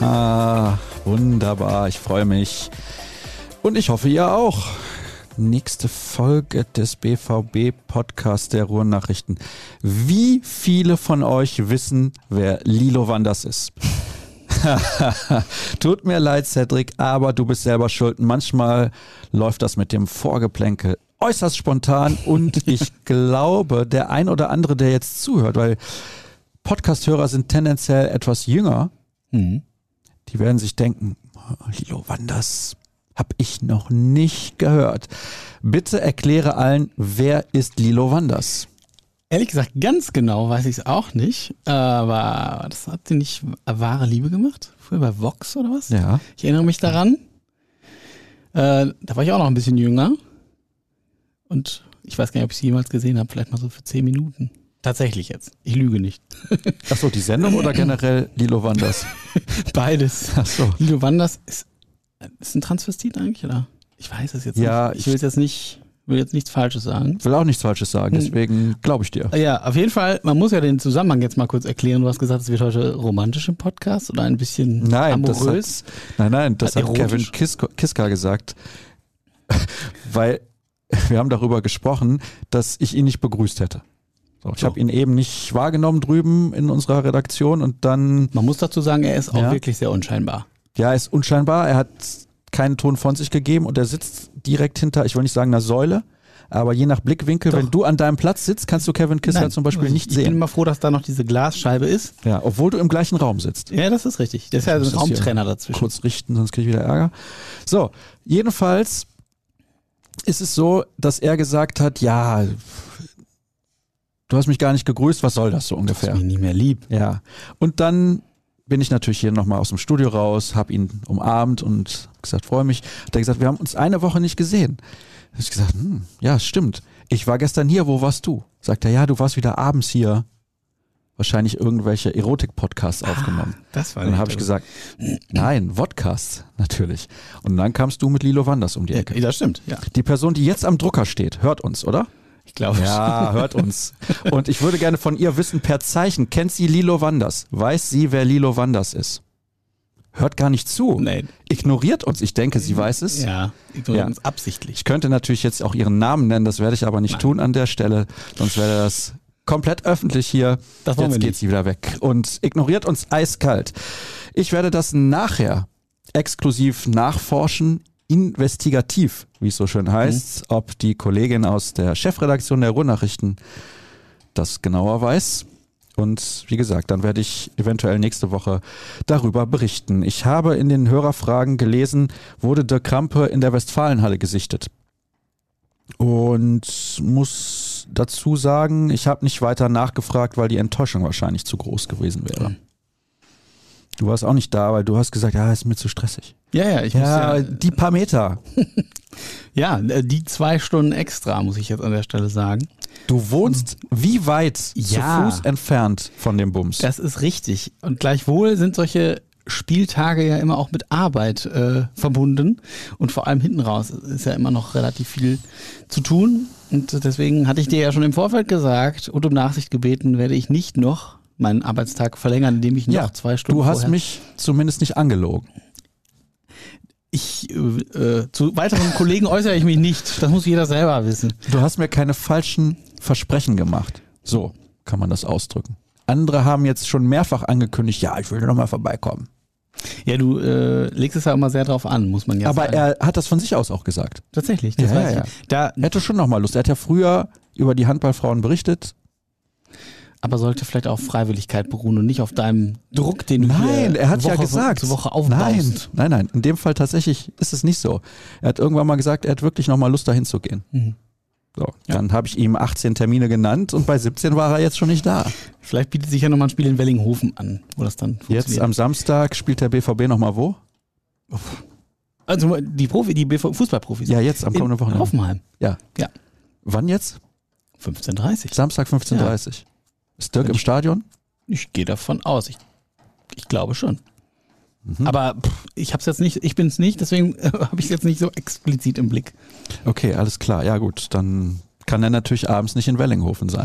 Ah, wunderbar, ich freue mich. Und ich hoffe, ihr auch. Nächste Folge des BVB-Podcasts der Ruhrnachrichten. Wie viele von euch wissen, wer Lilo Wanders ist? Tut mir leid, Cedric, aber du bist selber schuld. Manchmal läuft das mit dem Vorgeplänkel äußerst spontan und ich glaube, der ein oder andere, der jetzt zuhört, weil Podcast-Hörer sind tendenziell etwas jünger, die werden sich denken, Lilo Wanders habe ich noch nicht gehört. Bitte erkläre allen, wer ist Lilo Wanders? Ehrlich gesagt, ganz genau weiß ich es auch nicht, aber das hat sie nicht wahre Liebe gemacht? Früher bei Vox oder was? Ja. Ich erinnere mich daran. Da war ich auch noch ein bisschen jünger und ich weiß gar nicht, ob ich sie jemals gesehen habe, vielleicht mal so für 10 Minuten. Tatsächlich jetzt. Ich lüge nicht. Achso, die Sendung oder generell Lilo Wanders? Beides. Achso. Lilo Wanders ist ein Transvestit eigentlich, oder? Ich weiß es jetzt nicht. Ich will jetzt nichts Falsches sagen. Ich will auch nichts Falsches sagen, deswegen glaube ich dir. Ja, auf jeden Fall, man muss ja den Zusammenhang jetzt mal kurz erklären. Du hast gesagt, es wird heute romantisch im Podcast oder ein bisschen amorös. Das hat Kevin Kiska gesagt, weil wir haben darüber gesprochen, dass ich ihn nicht begrüßt hätte. So, ich habe ihn eben nicht wahrgenommen drüben in unserer Redaktion und dann... Man muss dazu sagen, er ist auch wirklich sehr unscheinbar. Ja, er ist unscheinbar, er hat keinen Ton von sich gegeben und er sitzt direkt hinter, ich will nicht sagen einer Säule, aber je nach Blickwinkel, wenn du an deinem Platz sitzt, kannst du Kevin Kiska zum Beispiel nicht sehen. Ich bin immer froh, dass da noch diese Glasscheibe ist. Ja, obwohl du im gleichen Raum sitzt. Ja, das ist richtig. Das ist ja ein Raumtrenner dazwischen. Kurz richten, sonst kriege ich wieder Ärger. So, jedenfalls ist es so, dass er gesagt hat, ja, du hast mich gar nicht gegrüßt, was soll das so ungefähr? Du hast mich nicht mehr lieb. Ja, und dann bin ich natürlich hier nochmal aus dem Studio raus, habe ihn umarmt und gesagt, freue mich. Hat er gesagt, wir haben uns eine Woche nicht gesehen. Da habe ich gesagt, ja, stimmt. Ich war gestern hier, wo warst du? Sagt er, ja, du warst wieder abends hier. Wahrscheinlich irgendwelche Erotik-Podcasts aufgenommen. Das war und dann habe ich gesagt, nein, Vodcasts, natürlich. Und dann kamst du mit Lilo Wanders um die Ecke. Ja, das stimmt, ja. Die Person, die jetzt am Drucker steht, hört uns, oder? Ich glaube ja, hört uns. Und ich würde gerne von ihr wissen, per Zeichen, kennt sie Lilo Wanders? Weiß sie, wer Lilo Wanders ist? Hört gar nicht zu. Nein. Ignoriert uns. Ich denke, sie weiß es. Ja, ignoriert uns absichtlich. Ich könnte natürlich jetzt auch ihren Namen nennen, das werde ich aber nicht tun an der Stelle. Sonst wäre das komplett öffentlich hier. Jetzt geht sie wieder weg. Und ignoriert uns eiskalt. Ich werde das nachher exklusiv nachforschen, investigativ, wie es so schön heißt, ob die Kollegin aus der Chefredaktion der Ruhrnachrichten das genauer weiß. Und wie gesagt, dann werde ich eventuell nächste Woche darüber berichten. Ich habe in den Hörerfragen gelesen, wurde der Krampe in der Westfalenhalle gesichtet. Und muss dazu sagen, ich habe nicht weiter nachgefragt, weil die Enttäuschung wahrscheinlich zu groß gewesen wäre. Du warst auch nicht da, weil du hast gesagt, ja, ist mir zu stressig. Ja, die paar Meter. Ja, die 2 Stunden extra, muss ich jetzt an der Stelle sagen. Du wohnst wie weit zu Fuß entfernt von dem Bums? Das ist richtig. Und gleichwohl sind solche Spieltage ja immer auch mit Arbeit verbunden. Und vor allem hinten raus ist ja immer noch relativ viel zu tun. Und deswegen hatte ich dir ja schon im Vorfeld gesagt und um Nachsicht gebeten, werde ich nicht noch meinen Arbeitstag verlängern, indem ich noch 2 Stunden Du hast mich zumindest nicht angelogen. Zu weiteren Kollegen äußere ich mich nicht. Das muss jeder selber wissen. Du hast mir keine falschen Versprechen gemacht. So kann man das ausdrücken. Andere haben jetzt schon mehrfach angekündigt, ja, ich will noch mal vorbeikommen. Ja, du legst es ja immer sehr drauf an, muss man ja sagen. Aber er hat das von sich aus auch gesagt. Tatsächlich, das weiß ich. Er hätte schon noch mal Lust. Er hat ja früher über die Handballfrauen berichtet. Aber sollte vielleicht auf Freiwilligkeit beruhen und nicht auf deinem Druck, den du Nein, er hat Woche ja gesagt. zu Woche aufbaust. Nein. In dem Fall tatsächlich ist es nicht so. Er hat irgendwann mal gesagt, er hat wirklich noch mal Lust, dahin zu gehen. So, dann habe ich ihm 18 Termine genannt und bei 17 war er jetzt schon nicht da. Vielleicht bietet sich ja noch mal ein Spiel in Wellinghofen an, wo das dann funktioniert. Jetzt am Samstag spielt der BVB noch mal wo? Also die Fußballprofis. Ja, jetzt am kommenden Wochenende. Hoffenheim. Ja. Wann jetzt? 15:30. Samstag 15:30. Ja. Ist Dirk im Stadion? Ich gehe davon aus. Ich glaube schon. Aber ich bin es nicht, deswegen habe ich es jetzt nicht so explizit im Blick. Okay, alles klar. Ja gut, dann kann er natürlich abends nicht in Wellinghofen sein.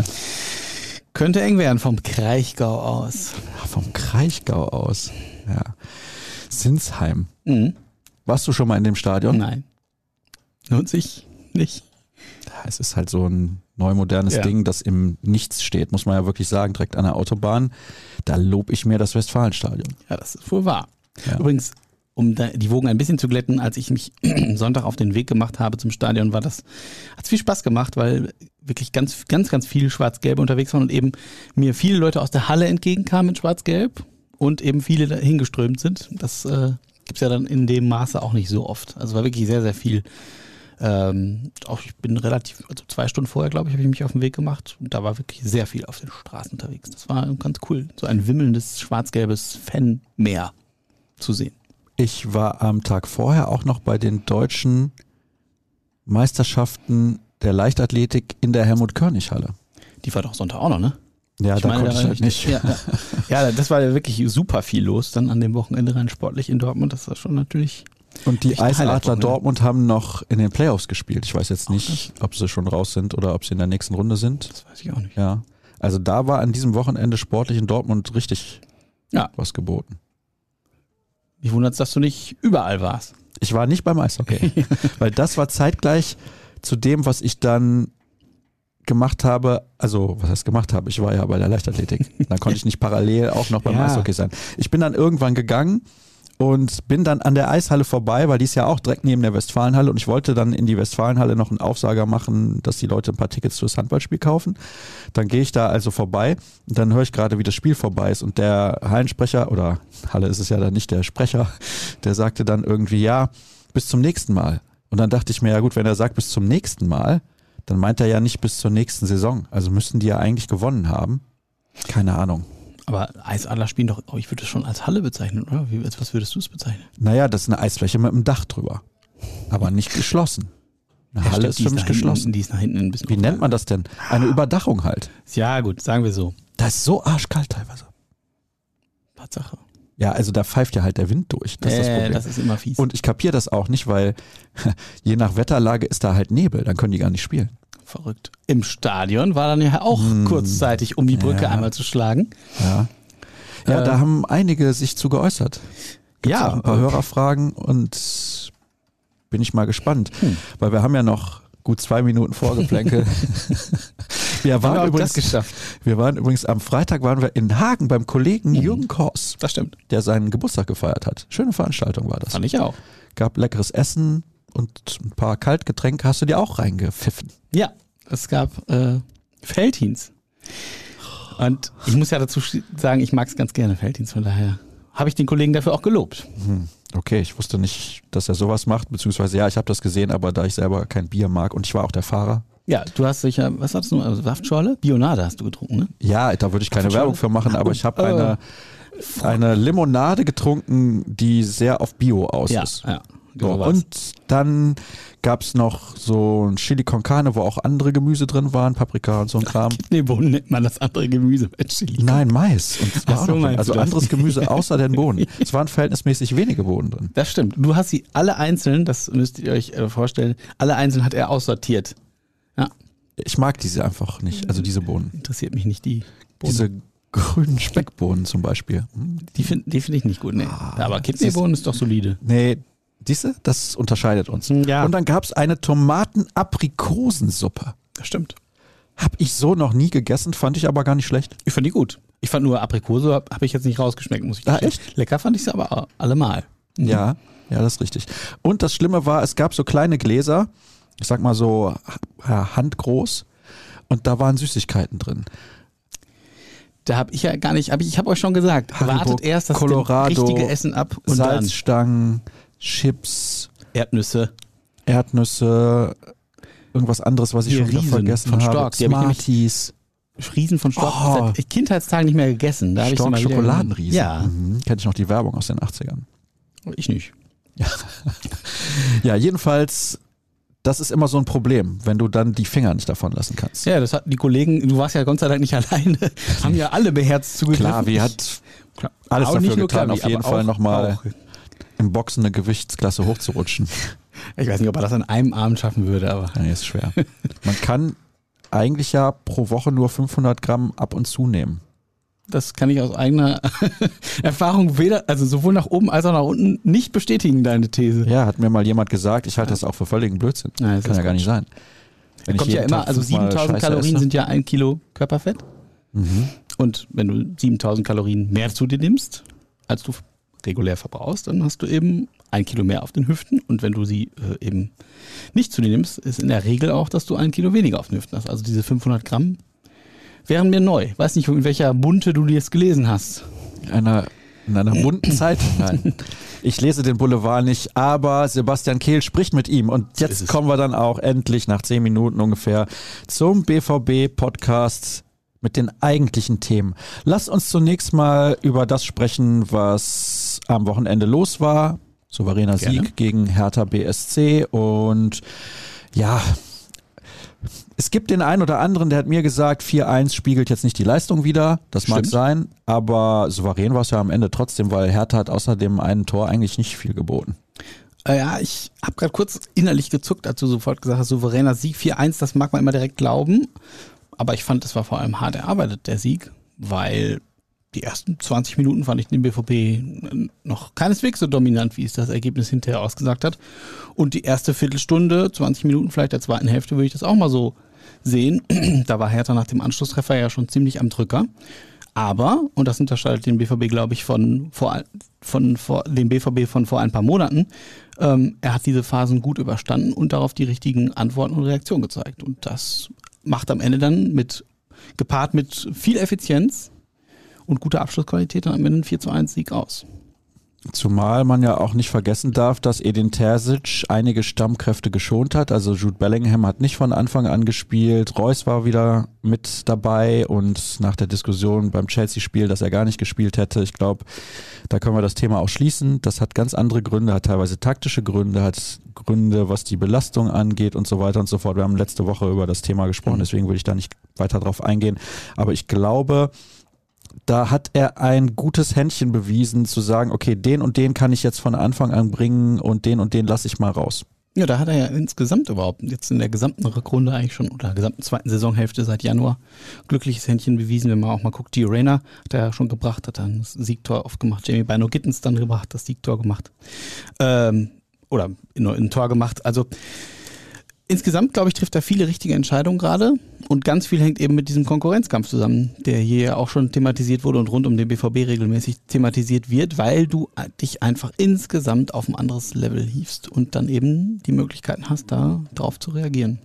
Könnte eng werden vom Kraichgau aus. Ja, vom Kraichgau aus, ja. Sinsheim. Warst du schon mal in dem Stadion? Nein. Lohnt sich nicht. Ja, es ist halt so ein neumodernes Ding, das im Nichts steht, muss man ja wirklich sagen, direkt an der Autobahn. Da lobe ich mir das Westfalenstadion. Ja, das ist wohl wahr. Ja. Übrigens, um die Wogen ein bisschen zu glätten, als ich mich Sonntag auf den Weg gemacht habe zum Stadion, hat es viel Spaß gemacht, weil wirklich ganz, ganz, ganz viele Schwarz-Gelbe unterwegs waren und eben mir viele Leute aus der Halle entgegenkamen in Schwarz-Gelb und eben viele dahin geströmt sind. Das gibt's ja dann in dem Maße auch nicht so oft. Also war wirklich sehr, sehr viel. Ich bin relativ, also 2 Stunden vorher, glaube ich, habe ich mich auf den Weg gemacht und da war wirklich sehr viel auf den Straßen unterwegs. Das war ganz cool, so ein wimmelndes schwarz-gelbes Fanmeer zu sehen. Ich war am Tag vorher auch noch bei den deutschen Meisterschaften der Leichtathletik in der Helmut-Körnig-Halle. Die war doch Sonntag auch noch, ne? Ja, da konnte ich halt nicht. Ja, das war wirklich super viel los dann an dem Wochenende rein sportlich in Dortmund. Das war schon natürlich. Und die Eisadler Dortmund haben noch in den Playoffs gespielt. Ich weiß jetzt nicht, ob sie schon raus sind oder ob sie in der nächsten Runde sind. Das weiß ich auch nicht. Ja, also da war an diesem Wochenende sportlich in Dortmund richtig was geboten. Mich wundert es, dass du nicht überall warst. Ich war nicht beim Eishockey, weil das war zeitgleich zu dem, was ich dann gemacht habe. Also, was heißt gemacht habe? Ich war ja bei der Leichtathletik. Da konnte ich nicht parallel auch noch beim Eishockey sein. Ich bin dann irgendwann gegangen und bin dann an der Eishalle vorbei, weil die ist ja auch direkt neben der Westfalenhalle und ich wollte dann in die Westfalenhalle noch einen Aufsager machen, dass die Leute ein paar Tickets fürs Handballspiel kaufen. Dann gehe ich da also vorbei und dann höre ich gerade, wie das Spiel vorbei ist und der Hallensprecher, oder Halle ist es ja dann nicht, der Sprecher, der sagte dann irgendwie, ja, bis zum nächsten Mal. Und dann dachte ich mir, ja gut, wenn er sagt bis zum nächsten Mal, dann meint er ja nicht bis zur nächsten Saison. Also müssten die ja eigentlich gewonnen haben. Keine Ahnung. Aber Eisadler spielen doch, ich würde es schon als Halle bezeichnen, oder? Was würdest du es bezeichnen? Naja, das ist eine Eisfläche mit einem Dach drüber. Aber nicht geschlossen. Eine Halle ist für mich geschlossen. Die ist nach hinten ein bisschen. Wie nennt man das denn? Eine Überdachung halt. Ja, gut, sagen wir so. Das ist so arschkalt teilweise. Tatsache. Ja, also da pfeift ja halt der Wind durch. Das ist das Problem. Das ist immer fies. Und ich kapiere das auch nicht, weil je nach Wetterlage ist da halt Nebel. Dann können die gar nicht spielen. Verrückt. Im Stadion war dann ja auch kurzzeitig, um die Brücke einmal zu schlagen. Ja, da haben einige sich zu geäußert. Gibt's auch ein paar Hörerfragen und bin ich mal gespannt. Weil wir haben ja noch gut 2 Minuten Vorgeplänkel. Wir waren übrigens am Freitag waren wir in Hagen beim Kollegen Jürgen Kors. Das stimmt. Der seinen Geburtstag gefeiert hat. Schöne Veranstaltung war das. Fand ich auch. Gab leckeres Essen und ein paar Kaltgetränke. Hast du dir auch reingepfiffen? Ja, es gab Feldhins. Und ich muss ja dazu sagen, ich mag es ganz gerne, Feldhins. Von daher habe ich den Kollegen dafür auch gelobt. Okay, ich wusste nicht, dass er sowas macht. Beziehungsweise ja, ich habe das gesehen, aber da ich selber kein Bier mag und ich war auch der Fahrer. Ja, du hast sicher, was hattest du? Also Saftschorle? Bionade hast du getrunken, ne? Ja, da würde ich keine Werbung für machen, aber ich habe eine Limonade getrunken, die sehr auf Bio aus ist. Ja. So, und dann gab es noch so ein Chili con Carne, wo auch andere Gemüse drin waren, Paprika und so ein Kram. Kidneybohnen nennt man das andere Gemüse mit Chili. Nein, Mais. Und es war auch noch also anderes Gemüse außer den Bohnen. Es waren verhältnismäßig wenige Bohnen drin. Das stimmt. Du hast sie alle einzeln, das müsst ihr euch vorstellen, alle einzeln hat er aussortiert. Ja. Ich mag diese einfach nicht, also diese Bohnen. Interessiert mich nicht die Bohnen. Diese grünen Speckbohnen zum Beispiel. Die find ich nicht gut, nee. Aber Kidneybohnen ist doch solide. Nee, diese, das unterscheidet uns. Ja. Und dann gab es eine Tomaten-Aprikosensuppe. Das stimmt. Hab ich so noch nie gegessen, fand ich aber gar nicht schlecht. Ich fand die gut. Ich fand nur Aprikose, habe ich jetzt nicht rausgeschmeckt, muss ich sagen. Echt? Lecker fand ich sie aber allemal. Ja, das ist richtig. Und das Schlimme war, es gab so kleine Gläser, ich sag mal so handgroß, und da waren Süßigkeiten drin. Da habe ich ja gar nicht, ich habe euch schon gesagt, Haribo, wartet erst das Colorado, richtige Essen ab und Salzstangen, Chips, Erdnüsse, irgendwas anderes, was ich schon wieder vergessen von habe. Stork. Smarties. Riesen von Stork. Seit Kindheitstagen nicht mehr gegessen. Da Stork Schokoladenriesen. Ja. Kenn ich noch die Werbung aus den 80ern. Ich nicht. Ja, jedenfalls, das ist immer so ein Problem, wenn du dann die Finger nicht davon lassen kannst. Ja, das hatten die Kollegen, du warst ja Gott sei Dank nicht alleine, haben ja alle beherzt zugegriffen. Klavi hat alles dafür getan, auf jeden Fall nochmal im Boxen eine Gewichtsklasse hochzurutschen. Ich weiß nicht, ob er das an einem Abend schaffen würde, aber. Ja, ist schwer. Man kann eigentlich ja pro Woche nur 500 Gramm ab und zu nehmen. Das kann ich aus eigener Erfahrung sowohl nach oben als auch nach unten nicht bestätigen, deine These. Ja, hat mir mal jemand gesagt, ich halte das auch für völligen Blödsinn. Ja, kann ja gar nicht sein. Kommt ja immer, also 7000 Kalorien sind ja 1 Kilo Körperfett. Mhm. Und wenn du 7000 Kalorien mehr zu dir nimmst, als du regulär verbrauchst, dann hast du eben 1 Kilo mehr auf den Hüften. Und wenn du sie eben nicht zu dir nimmst, ist in der Regel auch, dass du 1 Kilo weniger auf den Hüften hast. Also diese 500 Gramm wären mir neu. Weiß nicht, in welcher Bunte du jetzt gelesen hast. In einer bunten Zeitung, nein. Ich lese den Boulevard nicht, aber Sebastian Kehl spricht mit ihm. Und jetzt kommen wir dann auch endlich nach 10 Minuten ungefähr zum BVB-Podcast mit den eigentlichen Themen. Lasst uns zunächst mal über das sprechen, was am Wochenende los war. Souveräner Sieg gegen Hertha BSC. Und ja, es gibt den einen oder anderen, der hat mir gesagt, 4-1 spiegelt jetzt nicht die Leistung wider. Das mag sein, aber souverän war es ja am Ende trotzdem, weil Hertha hat außer dem einen Tor eigentlich nicht viel geboten. Ja, ich habe gerade kurz innerlich gezuckt, als du sofort gesagt hast, souveräner Sieg 4-1, das mag man immer direkt glauben. Aber ich fand, es war vor allem hart erarbeitet, der Sieg, weil die ersten 20 Minuten fand ich den BVB noch keineswegs so dominant, wie es das Ergebnis hinterher ausgesagt hat. Und die erste Viertelstunde, 20 Minuten vielleicht der zweiten Hälfte, würde ich das auch mal so sehen. Da war Hertha nach dem Anschlusstreffer ja schon ziemlich am Drücker. Aber, und das unterscheidet den BVB, glaube ich, von dem BVB von vor ein paar Monaten, er hat diese Phasen gut überstanden und darauf die richtigen Antworten und Reaktionen gezeigt. Und das macht am Ende dann gepaart mit viel Effizienz und guter Abschlussqualität dann am Ende einen 4-1 Sieg aus. Zumal man ja auch nicht vergessen darf, dass Edin Terzic einige Stammkräfte geschont hat. Also Jude Bellingham hat nicht von Anfang an gespielt. Reus war wieder mit dabei und nach der Diskussion beim Chelsea-Spiel, dass er gar nicht gespielt hätte, ich glaube, da können wir das Thema auch schließen. Das hat ganz andere Gründe, hat teilweise taktische Gründe, hat Gründe, was die Belastung angeht und so weiter und so fort. Wir haben letzte Woche über das Thema gesprochen, deswegen will ich da nicht weiter drauf eingehen. Aber ich glaube, da hat er ein gutes Händchen bewiesen, zu sagen, okay, den und den kann ich jetzt von Anfang an bringen und den lasse ich mal raus. Ja, da hat er ja insgesamt überhaupt, jetzt in der gesamten Rückrunde eigentlich schon, oder gesamten zweiten Saisonhälfte seit Januar, glückliches Händchen bewiesen, wenn man auch mal guckt. Gio Reyna hat er ja schon gebracht, hat dann das Siegtor oft gemacht. Jamie Bino Gittens dann gebracht, das Siegtor gemacht. Oder ein Tor gemacht. Also insgesamt, glaube ich, trifft er viele richtige Entscheidungen gerade und ganz viel hängt eben mit diesem Konkurrenzkampf zusammen, der hier ja auch schon thematisiert wurde und rund um den BVB regelmäßig thematisiert wird, weil du dich einfach insgesamt auf ein anderes Level hiefst und dann eben die Möglichkeiten hast, da drauf zu reagieren.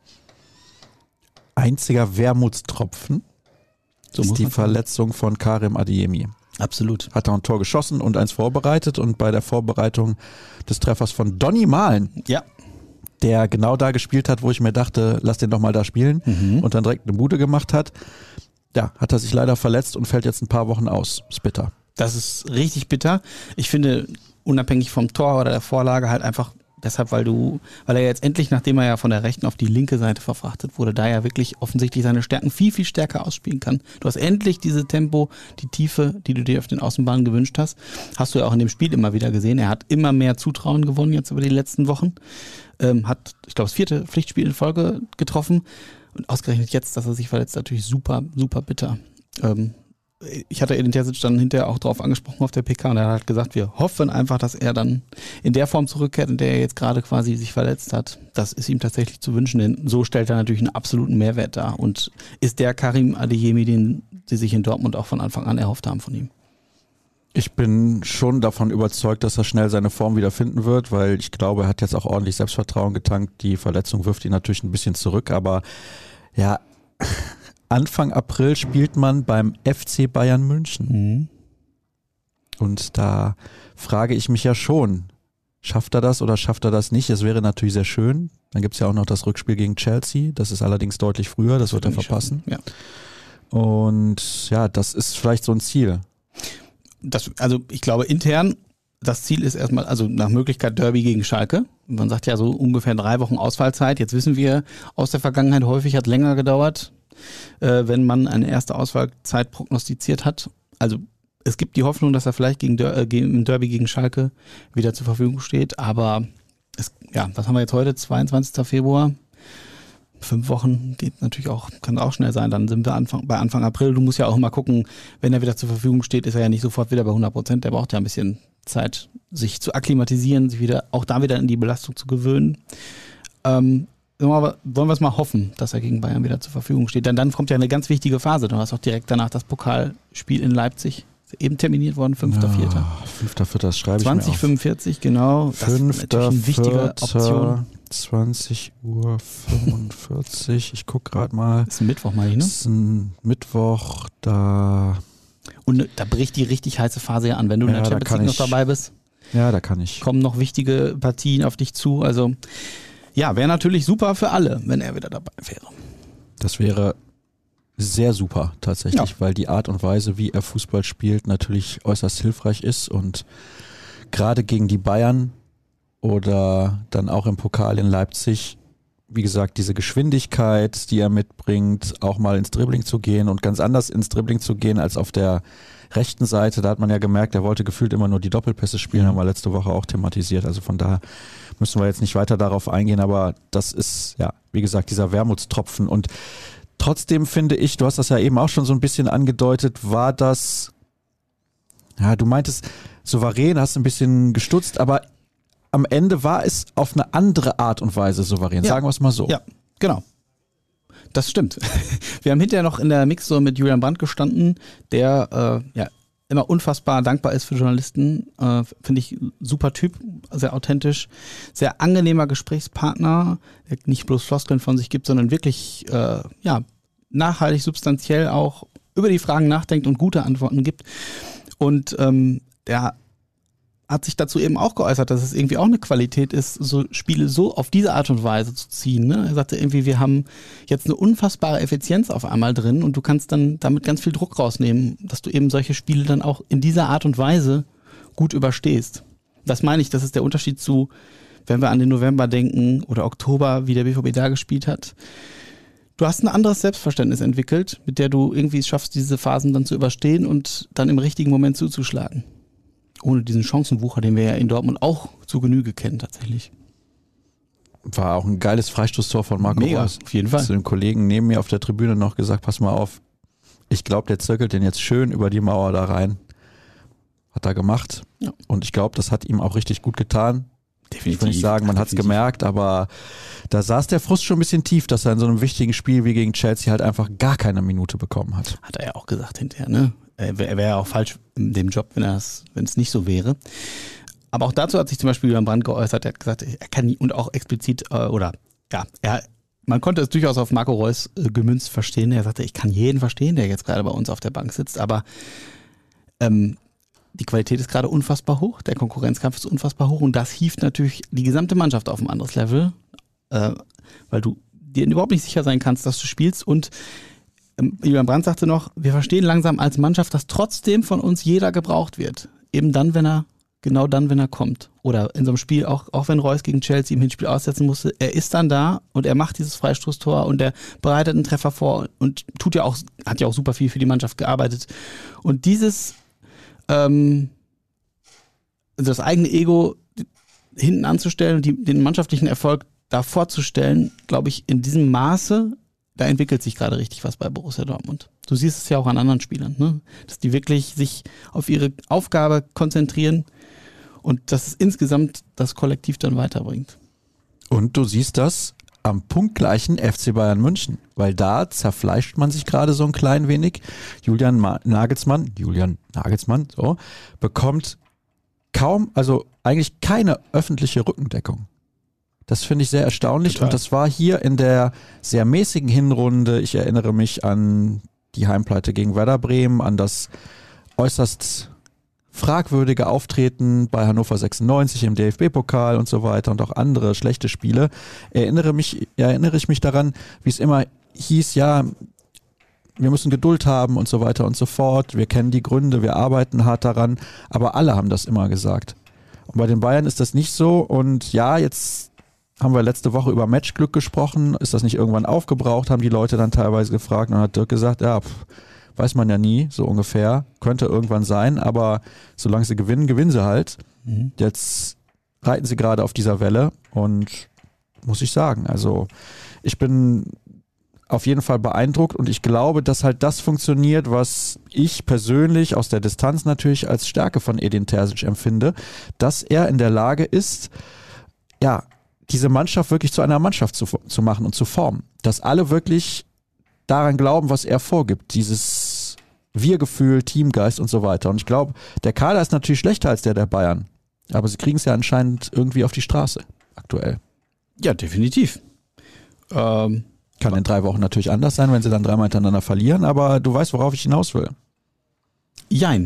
Einziger Wermutstropfen ist die Verletzung von Karim Adeyemi. Absolut. Hat er ein Tor geschossen und eins vorbereitet und bei der Vorbereitung des Treffers von Donny Malen, der genau da gespielt hat, wo ich mir dachte, lass den doch mal da spielen und dann direkt eine Bude gemacht hat. Ja, hat er sich leider verletzt und fällt jetzt ein paar Wochen aus. Ist bitter. Das ist richtig bitter. Ich finde, unabhängig vom Tor oder der Vorlage halt einfach deshalb, weil er jetzt endlich, nachdem er ja von der rechten auf die linke Seite verfrachtet wurde, da ja wirklich offensichtlich seine Stärken viel, viel stärker ausspielen kann. Du hast endlich diese Tempo, die Tiefe, die du dir auf den Außenbahnen gewünscht hast. Hast du ja auch in dem Spiel immer wieder gesehen. Er hat immer mehr Zutrauen gewonnen jetzt über die letzten Wochen. Hat, ich glaube, das 4. Pflichtspiel in Folge getroffen. Und ausgerechnet jetzt, dass er sich verletzt, natürlich super, super bitter. Ich hatte Edin Terzic dann hinterher auch drauf angesprochen auf der PK und er hat gesagt, wir hoffen einfach, dass er dann in der Form zurückkehrt, in der er jetzt gerade quasi sich verletzt hat. Das ist ihm tatsächlich zu wünschen, denn so stellt er natürlich einen absoluten Mehrwert dar und ist der Karim Adeyemi, den sie sich in Dortmund auch von Anfang an erhofft haben von ihm. Ich bin schon davon überzeugt, dass er schnell seine Form wieder finden wird, weil ich glaube, er hat jetzt auch ordentlich Selbstvertrauen getankt. Die Verletzung wirft ihn natürlich ein bisschen zurück, aber ja, Anfang April spielt man beim FC Bayern München. Und da frage ich mich ja schon, schafft er das oder schafft er das nicht? Es wäre natürlich sehr schön. Dann gibt es ja auch noch das Rückspiel gegen Chelsea. Das ist allerdings deutlich früher, das wird er verpassen. Ja. Und ja, das ist vielleicht so ein Ziel. Also ich glaube intern, das Ziel ist erstmal, also nach Möglichkeit Derby gegen Schalke. Man sagt ja so ungefähr 3 Wochen Ausfallzeit. Jetzt wissen wir aus der Vergangenheit, häufig hat länger gedauert, wenn man eine erste Ausfallzeit prognostiziert hat. Also es gibt die Hoffnung, dass er vielleicht im Derby gegen Schalke wieder zur Verfügung steht. Aber was haben wir jetzt heute? 22. Februar. 5 Wochen geht natürlich auch, kann auch schnell sein. Dann sind wir bei Anfang April. Du musst ja auch mal gucken, wenn er wieder zur Verfügung steht, ist er ja nicht sofort wieder bei 100%. Der braucht ja ein bisschen Zeit, sich zu akklimatisieren, sich wieder, auch da wieder in die Belastung zu gewöhnen. Wollen wir es mal hoffen, dass er gegen Bayern wieder zur Verfügung steht. Denn dann kommt ja eine ganz wichtige Phase. Du hast auch direkt danach das Pokalspiel in Leipzig. Eben terminiert worden, 5.4. 5.4. das schreibe ich 2045, genau. Das ist natürlich eine wichtige Option. 20:45 Uhr. Ich gucke gerade mal. Das ist ein Mittwoch, meine ich, ne? Das ist ein Mittwoch, da... Und da bricht die richtig heiße Phase ja an, wenn du in der Champions League noch dabei bist. Ja, da kann ich. Kommen noch wichtige Partien auf dich zu. Also ja, wäre natürlich super für alle, wenn er wieder dabei wäre. Das wäre sehr super tatsächlich, weil die Art und Weise, wie er Fußball spielt, natürlich äußerst hilfreich ist und gerade gegen die Bayern oder dann auch im Pokal in Leipzig, wie gesagt, diese Geschwindigkeit, die er mitbringt, auch mal ins Dribbling zu gehen und ganz anders ins Dribbling zu gehen als auf der rechten Seite. Da hat man ja gemerkt, er wollte gefühlt immer nur die Doppelpässe spielen, haben wir letzte Woche auch thematisiert. Also von daher müssen wir jetzt nicht weiter darauf eingehen, aber das ist, ja, wie gesagt, dieser Wermutstropfen. Und trotzdem finde ich, du hast das ja eben auch schon so ein bisschen angedeutet, war das, ja, du meintest souverän, hast ein bisschen gestutzt, aber am Ende war es auf eine andere Art und Weise souverän, sagen wir es mal so. Ja, genau. Das stimmt. Wir haben hinterher noch in der Mixzone mit Julian Brandt gestanden, der immer unfassbar dankbar ist für Journalisten. Finde ich super Typ, sehr authentisch, sehr angenehmer Gesprächspartner, der nicht bloß Floskeln von sich gibt, sondern wirklich nachhaltig, substanziell auch über die Fragen nachdenkt und gute Antworten gibt. Und der hat sich dazu eben auch geäußert, dass es irgendwie auch eine Qualität ist, so Spiele so auf diese Art und Weise zu ziehen. Ne? Er sagte irgendwie, wir haben jetzt eine unfassbare Effizienz auf einmal drin und du kannst dann damit ganz viel Druck rausnehmen, dass du eben solche Spiele dann auch in dieser Art und Weise gut überstehst. Das meine ich, das ist der Unterschied zu, wenn wir an den November denken oder Oktober, wie der BVB da gespielt hat. Du hast ein anderes Selbstverständnis entwickelt, mit der du irgendwie es schaffst, diese Phasen dann zu überstehen und dann im richtigen Moment zuzuschlagen. Ohne diesen Chancenwucher, den wir ja in Dortmund auch zu Genüge kennen tatsächlich. War auch ein geiles Freistoßtor von Marco Reus. Auf jeden Fall. Zu dem Kollegen neben mir auf der Tribüne noch gesagt, pass mal auf, ich glaube, der zirkelt den jetzt schön über die Mauer da rein. Hat er gemacht. Ja. Und ich glaube, das hat ihm auch richtig gut getan. Definitiv. Ich will nicht sagen, man hat es gemerkt, aber da saß der Frust schon ein bisschen tief, dass er in so einem wichtigen Spiel wie gegen Chelsea halt einfach gar keine Minute bekommen hat. Hat er ja auch gesagt hinterher, ne? Er wäre ja auch falsch in dem Job, wenn es nicht so wäre. Aber auch dazu hat sich zum Beispiel Julian Brandt geäußert. Er hat gesagt, er kann nie, und auch explizit, man konnte es durchaus auf Marco Reus gemünzt verstehen. Er sagte, ich kann jeden verstehen, der jetzt gerade bei uns auf der Bank sitzt, aber die Qualität ist gerade unfassbar hoch, der Konkurrenzkampf ist unfassbar hoch und das hieft natürlich die gesamte Mannschaft auf ein anderes Level, weil du dir überhaupt nicht sicher sein kannst, dass du spielst. Und Julian Brandt sagte noch, wir verstehen langsam als Mannschaft, dass trotzdem von uns jeder gebraucht wird. Eben dann, wenn er kommt. Oder in so einem Spiel, auch wenn Reus gegen Chelsea im Hinspiel aussetzen musste, er ist dann da und er macht dieses Freistoßtor und er bereitet einen Treffer vor und hat ja auch super viel für die Mannschaft gearbeitet. Und dieses, also das eigene Ego hinten anzustellen und den mannschaftlichen Erfolg da vorzustellen, glaube ich, in diesem Maße, da entwickelt sich gerade richtig was bei Borussia Dortmund. Du siehst es ja auch an anderen Spielern, ne? Dass die wirklich sich auf ihre Aufgabe konzentrieren und dass es insgesamt das Kollektiv dann weiterbringt. Und du siehst das am punktgleichen FC Bayern München, weil da zerfleischt man sich gerade so ein klein wenig. Julian Nagelsmann, bekommt kaum, also eigentlich keine öffentliche Rückendeckung. Das finde ich sehr erstaunlich. Total. Und das war hier in der sehr mäßigen Hinrunde. Ich erinnere mich an die Heimpleite gegen Werder Bremen, an das äußerst fragwürdige Auftreten bei Hannover 96 im DFB-Pokal und so weiter und auch andere schlechte Spiele. Erinnere ich mich daran, wie es immer hieß, ja, wir müssen Geduld haben und so weiter und so fort. Wir kennen die Gründe, wir arbeiten hart daran. Aber alle haben das immer gesagt. Und bei den Bayern ist das nicht so. Und ja, jetzt haben wir letzte Woche über Matchglück gesprochen. Ist das nicht irgendwann aufgebraucht, haben die Leute dann teilweise gefragt. Und dann hat Dirk gesagt, ja, weiß man ja nie, so ungefähr. Könnte irgendwann sein, aber solange sie gewinnen, gewinnen sie halt. Jetzt reiten sie gerade auf dieser Welle und muss ich sagen. Also ich bin auf jeden Fall beeindruckt und ich glaube, dass halt das funktioniert, was ich persönlich aus der Distanz natürlich als Stärke von Edin Terzic empfinde, dass er in der Lage ist, ja, diese Mannschaft wirklich zu einer Mannschaft zu machen und zu formen. Dass alle wirklich daran glauben, was er vorgibt. Dieses Wir-Gefühl, Teamgeist und so weiter. Und ich glaube, der Kader ist natürlich schlechter als der Bayern. Aber sie kriegen es ja anscheinend irgendwie auf die Straße aktuell. Ja, definitiv. Kann in 3 Wochen natürlich anders sein, wenn sie dann 3-mal hintereinander verlieren, aber du weißt, worauf ich hinaus will. Jein.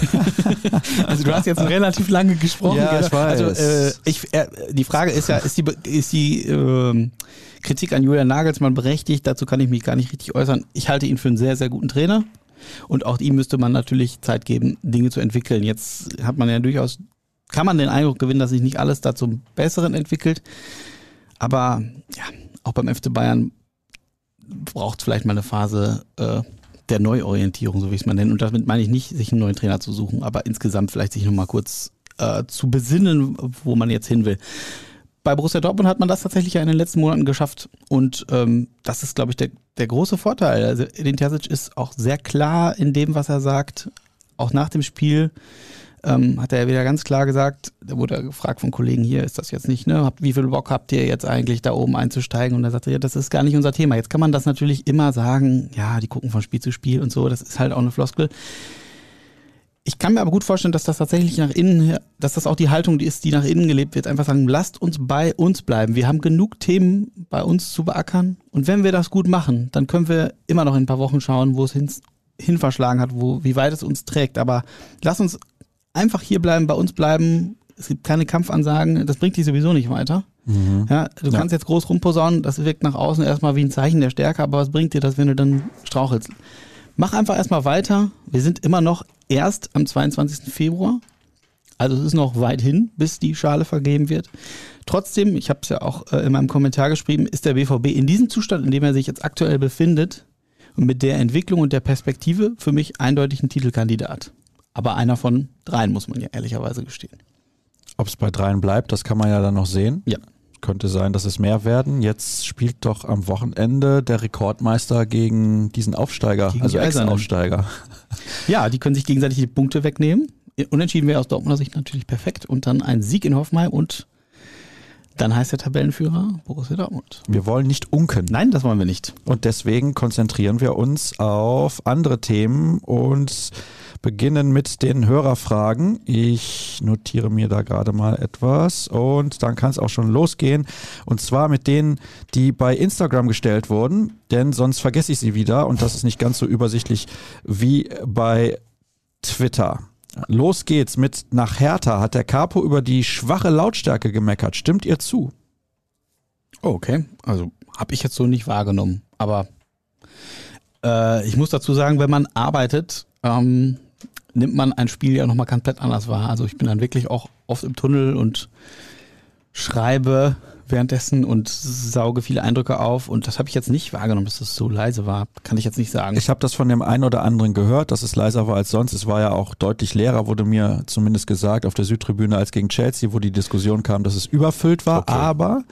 Also du hast jetzt relativ lange gesprochen. Ja, ich weiß. Also, die Frage ist ja, ist die Kritik an Julian Nagelsmann berechtigt? Dazu kann ich mich gar nicht richtig äußern. Ich halte ihn für einen sehr, sehr guten Trainer und auch ihm müsste man natürlich Zeit geben, Dinge zu entwickeln. Jetzt hat man ja durchaus, kann man den Eindruck gewinnen, dass sich nicht alles da zum Besseren entwickelt. Aber ja, auch beim FC Bayern braucht es vielleicht mal eine Phase der Neuorientierung, so wie ich es mal nenne. Und damit meine ich nicht, sich einen neuen Trainer zu suchen, aber insgesamt vielleicht sich nochmal kurz zu besinnen, wo man jetzt hin will. Bei Borussia Dortmund hat man das tatsächlich ja in den letzten Monaten geschafft und das ist, glaube ich, der große Vorteil. Also Edin Terzic ist auch sehr klar in dem, was er sagt. Auch nach dem Spiel hat er ja wieder ganz klar gesagt, da wurde er gefragt von Kollegen hier, ist das jetzt nicht, ne? Wie viel Bock habt ihr jetzt eigentlich da oben einzusteigen? Und er sagte, ja, das ist gar nicht unser Thema. Jetzt kann man das natürlich immer sagen, ja, die gucken von Spiel zu Spiel und so, das ist halt auch eine Floskel. Ich kann mir aber gut vorstellen, dass das tatsächlich nach innen, dass das auch die Haltung ist, die nach innen gelebt wird. Einfach sagen, lasst uns bei uns bleiben. Wir haben genug Themen bei uns zu beackern. Und wenn wir das gut machen, dann können wir immer noch in ein paar Wochen schauen, wo es hin verschlagen hat, wie weit es uns trägt. Aber lasst uns einfach hier bleiben, bei uns bleiben. Es gibt keine Kampfansagen. Das bringt dich sowieso nicht weiter. Mhm. Ja, du kannst jetzt groß rumposaunen. Das wirkt nach außen erstmal wie ein Zeichen der Stärke. Aber was bringt dir das, wenn du dann strauchelst? Mach einfach erstmal weiter. Wir sind immer noch erst am 22. Februar. Also es ist noch weit hin, bis die Schale vergeben wird. Trotzdem, ich habe es ja auch in meinem Kommentar geschrieben, ist der BVB in diesem Zustand, in dem er sich jetzt aktuell befindet und mit der Entwicklung und der Perspektive für mich eindeutig ein Titelkandidat. Aber einer von 3, muss man ja ehrlicherweise gestehen. Ob es bei 3 bleibt, das kann man ja dann noch sehen. Ja. Könnte sein, dass es mehr werden. Jetzt spielt doch am Wochenende der Rekordmeister gegen diesen Aufsteiger, gegen also Ex-Aufsteiger. Ja, die können sich gegenseitig die Punkte wegnehmen. Unentschieden wäre aus Dortmunder Sicht natürlich perfekt. Und dann ein Sieg in Hoffenheim und dann heißt der Tabellenführer Borussia Dortmund. Wir wollen nicht unken. Nein, das wollen wir nicht. Und deswegen konzentrieren wir uns auf andere Themen und beginnen mit den Hörerfragen. Ich notiere mir da gerade mal etwas und dann kann es auch schon losgehen. Und zwar mit denen, die bei Instagram gestellt wurden, denn sonst vergesse ich sie wieder und das ist nicht ganz so übersichtlich wie bei Twitter. Los geht's mit nach Hertha. Hat der Capo über die schwache Lautstärke gemeckert. Stimmt ihr zu? Oh, okay, also habe ich jetzt so nicht wahrgenommen. Aber ich muss dazu sagen, wenn man arbeitet, nimmt man ein Spiel ja nochmal komplett anders wahr. Also ich bin dann wirklich auch oft im Tunnel und schreibe währenddessen und sauge viele Eindrücke auf und das habe ich jetzt nicht wahrgenommen, dass das so leise war. Kann ich jetzt nicht sagen. Ich habe das von dem einen oder anderen gehört, dass es leiser war als sonst. Es war ja auch deutlich leerer, wurde mir zumindest gesagt, auf der Südtribüne als gegen Chelsea, wo die Diskussion kam, dass es überfüllt war. Okay. Aber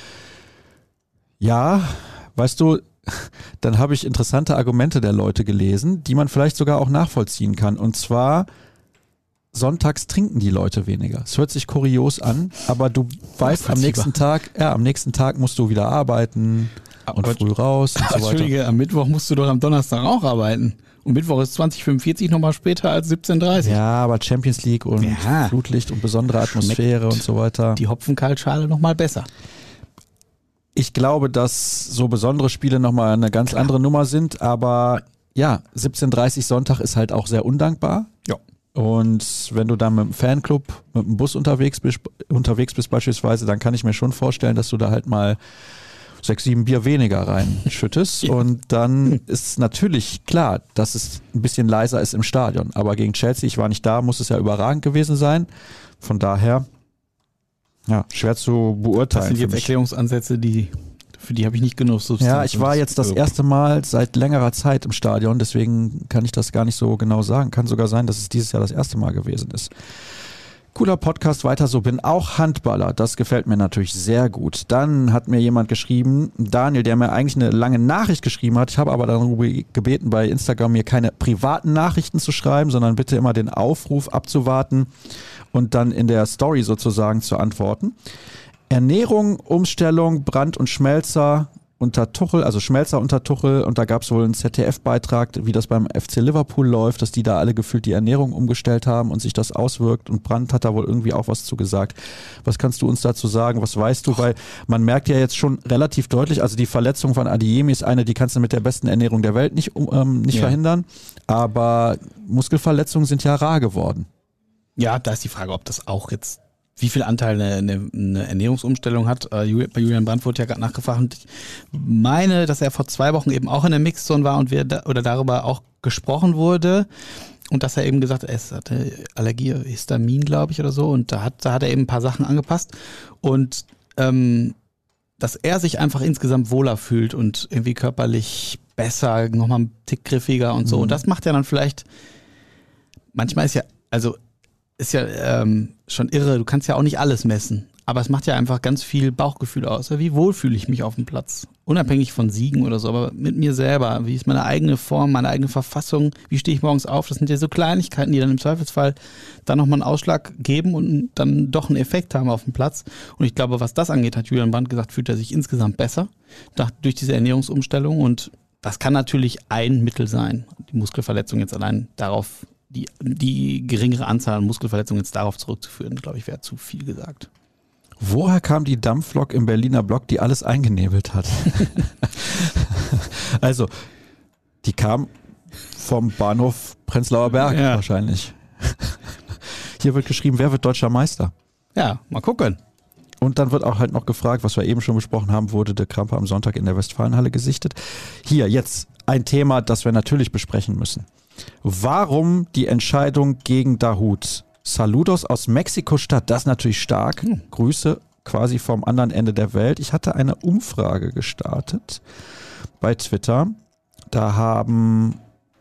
ja, weißt du, dann habe ich interessante Argumente der Leute gelesen, die man vielleicht sogar auch nachvollziehen kann. Und zwar, sonntags trinken die Leute weniger. Es hört sich kurios an, aber du weißt, am nächsten Tag musst du wieder arbeiten und früh raus und so weiter. Entschuldige, am Mittwoch musst du doch am Donnerstag auch arbeiten. Und Mittwoch ist 20:45 nochmal später als 17:30. Ja, aber Champions League und Flutlicht und besondere Atmosphäre und so weiter. Die Hopfenkaltschale nochmal besser. Ich glaube, dass so besondere Spiele nochmal eine ganz andere Nummer sind, aber ja, 17:30 Sonntag ist halt auch sehr undankbar. Ja. Und wenn du dann mit dem Fanclub, mit dem Bus unterwegs bist beispielsweise, dann kann ich mir schon vorstellen, dass du da halt mal 6, 7 Bier weniger reinschüttest. Ja. Und dann ist natürlich klar, dass es ein bisschen leiser ist im Stadion. Aber gegen Chelsea, ich war nicht da, muss es ja überragend gewesen sein. Von daher, ja, schwer zu beurteilen. Das sind jetzt Erklärungsansätze, für die habe ich nicht genug Substanz. Ja, ich war jetzt das erste Mal seit längerer Zeit im Stadion, deswegen kann ich das gar nicht so genau sagen. Kann sogar sein, dass es dieses Jahr das erste Mal gewesen ist. Cooler Podcast, weiter so, bin auch Handballer. Das gefällt mir natürlich sehr gut. Dann hat mir jemand geschrieben, Daniel, der mir eigentlich eine lange Nachricht geschrieben hat. Ich habe aber darum gebeten, bei Instagram mir keine privaten Nachrichten zu schreiben, sondern bitte immer den Aufruf abzuwarten und dann in der Story sozusagen zu antworten. Ernährung, Umstellung, Brandt und Schmelzer unter Tuchel, also Schmelzer unter Tuchel, und da gab es wohl einen ZDF-Beitrag, wie das beim FC Liverpool läuft, dass die da alle gefühlt die Ernährung umgestellt haben und sich das auswirkt, und Brandt hat da wohl irgendwie auch was zu gesagt. Was kannst du uns dazu sagen? Was weißt du? Weil man merkt ja jetzt schon relativ deutlich, also die Verletzung von Adeyemi ist eine, die kannst du mit der besten Ernährung der Welt nicht verhindern, aber Muskelverletzungen sind ja rar geworden. Ja, da ist die Frage, ob das auch jetzt, wie viel Anteil eine Ernährungsumstellung hat. Bei Julian Brandt wurde ja gerade nachgefragt, und ich meine, dass er vor 2 Wochen eben auch in der Mixzone war und darüber auch gesprochen wurde, und dass er eben gesagt hat, er hatte Allergie, Histamin, glaube ich, oder so, und da hat er eben ein paar Sachen angepasst, und dass er sich einfach insgesamt wohler fühlt und irgendwie körperlich besser, nochmal einen Tick griffiger und so. Und das macht ja dann vielleicht, manchmal ist ja schon irre, du kannst ja auch nicht alles messen, aber es macht ja einfach ganz viel Bauchgefühl aus. Wie wohl fühle ich mich auf dem Platz? Unabhängig von Siegen oder so, aber mit mir selber. Wie ist meine eigene Form, meine eigene Verfassung? Wie stehe ich morgens auf? Das sind ja so Kleinigkeiten, die dann im Zweifelsfall dann nochmal einen Ausschlag geben und dann doch einen Effekt haben auf dem Platz. Und ich glaube, was das angeht, hat Julian Brandt gesagt, fühlt er sich insgesamt besser durch diese Ernährungsumstellung, und das kann natürlich ein Mittel sein. Die Muskelverletzung jetzt allein darauf, die geringere Anzahl an Muskelverletzungen jetzt darauf zurückzuführen, glaube ich, wäre zu viel gesagt. Woher kam die Dampflok im Berliner Block, die alles eingenebelt hat? Also, die kam vom Bahnhof Prenzlauer Berg wahrscheinlich. Hier wird geschrieben, wer wird deutscher Meister? Ja, mal gucken. Und dann wird auch halt noch gefragt, was wir eben schon besprochen haben, wurde der Kramper am Sonntag in der Westfalenhalle gesichtet. Hier jetzt ein Thema, das wir natürlich besprechen müssen. Warum die Entscheidung gegen Dahoud? Saludos aus Mexiko-Stadt, das ist natürlich stark. Grüße quasi vom anderen Ende der Welt. Ich hatte eine Umfrage gestartet bei Twitter. Da haben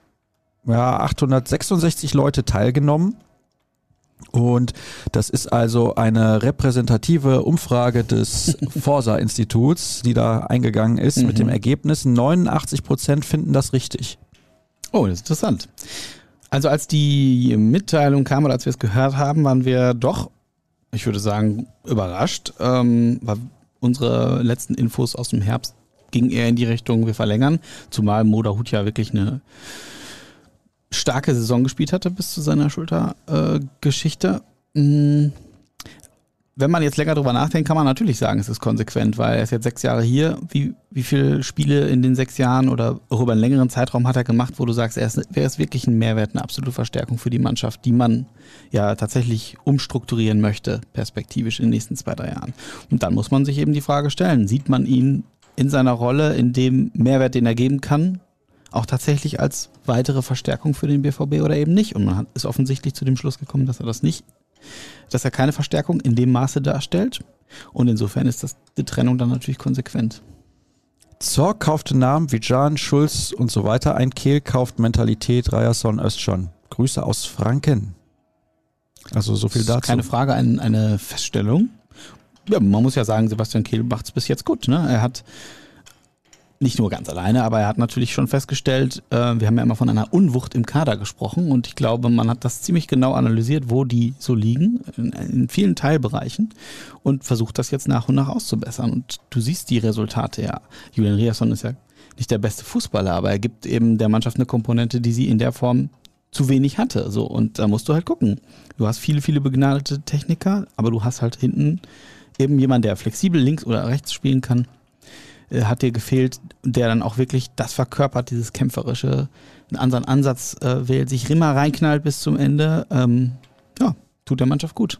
866 Leute teilgenommen. Und das ist also eine repräsentative Umfrage des Forsa-Instituts, die da eingegangen ist mit dem Ergebnis, 89% finden das richtig. Oh, das ist interessant. Also als die Mitteilung kam oder als wir es gehört haben, waren wir doch, ich würde sagen, überrascht. Weil unsere letzten Infos aus dem Herbst gingen eher in die Richtung, wir verlängern. Zumal Mo Dahoud ja wirklich eine starke Saison gespielt hatte bis zu seiner Schultergeschichte. Wenn man jetzt länger drüber nachdenkt, kann man natürlich sagen, es ist konsequent, weil er ist jetzt 6 Jahre hier. Wie viele Spiele in den 6 Jahren oder auch über einen längeren Zeitraum hat er gemacht, wo du sagst, er ist wirklich ein Mehrwert, eine absolute Verstärkung für die Mannschaft, die man ja tatsächlich umstrukturieren möchte, perspektivisch in den nächsten 2-3 Jahren. Und dann muss man sich eben die Frage stellen, sieht man ihn in seiner Rolle, in dem Mehrwert, den er geben kann, auch tatsächlich als weitere Verstärkung für den BVB oder eben nicht? Und man ist offensichtlich zu dem Schluss gekommen, dass er keine Verstärkung in dem Maße darstellt. Und insofern ist die Trennung dann natürlich konsequent. Zorc kaufte Namen wie Can, Schulz und so weiter ein. Kehl kauft Mentalität, Ryerson, Özcan. Grüße aus Franken. Also so viel dazu. Keine Frage, eine Feststellung. Ja, man muss ja sagen, Sebastian Kehl macht es bis jetzt gut. Ne? Er hat nicht nur ganz alleine, aber er hat natürlich schon festgestellt, wir haben ja immer von einer Unwucht im Kader gesprochen, und ich glaube, man hat das ziemlich genau analysiert, wo die so liegen, in vielen Teilbereichen, und versucht das jetzt nach und nach auszubessern. Und du siehst die Resultate ja. Julian Ryerson ist ja nicht der beste Fußballer, aber er gibt eben der Mannschaft eine Komponente, die sie in der Form zu wenig hatte. So, und da musst du halt gucken. Du hast viele, viele begnadete Techniker, aber du hast halt hinten eben jemanden, der flexibel links oder rechts spielen kann. Hat dir gefehlt, der dann auch wirklich das verkörpert, dieses kämpferische, einen anderen Ansatz wählt, sich immer reinknallt bis zum Ende. Tut der Mannschaft gut.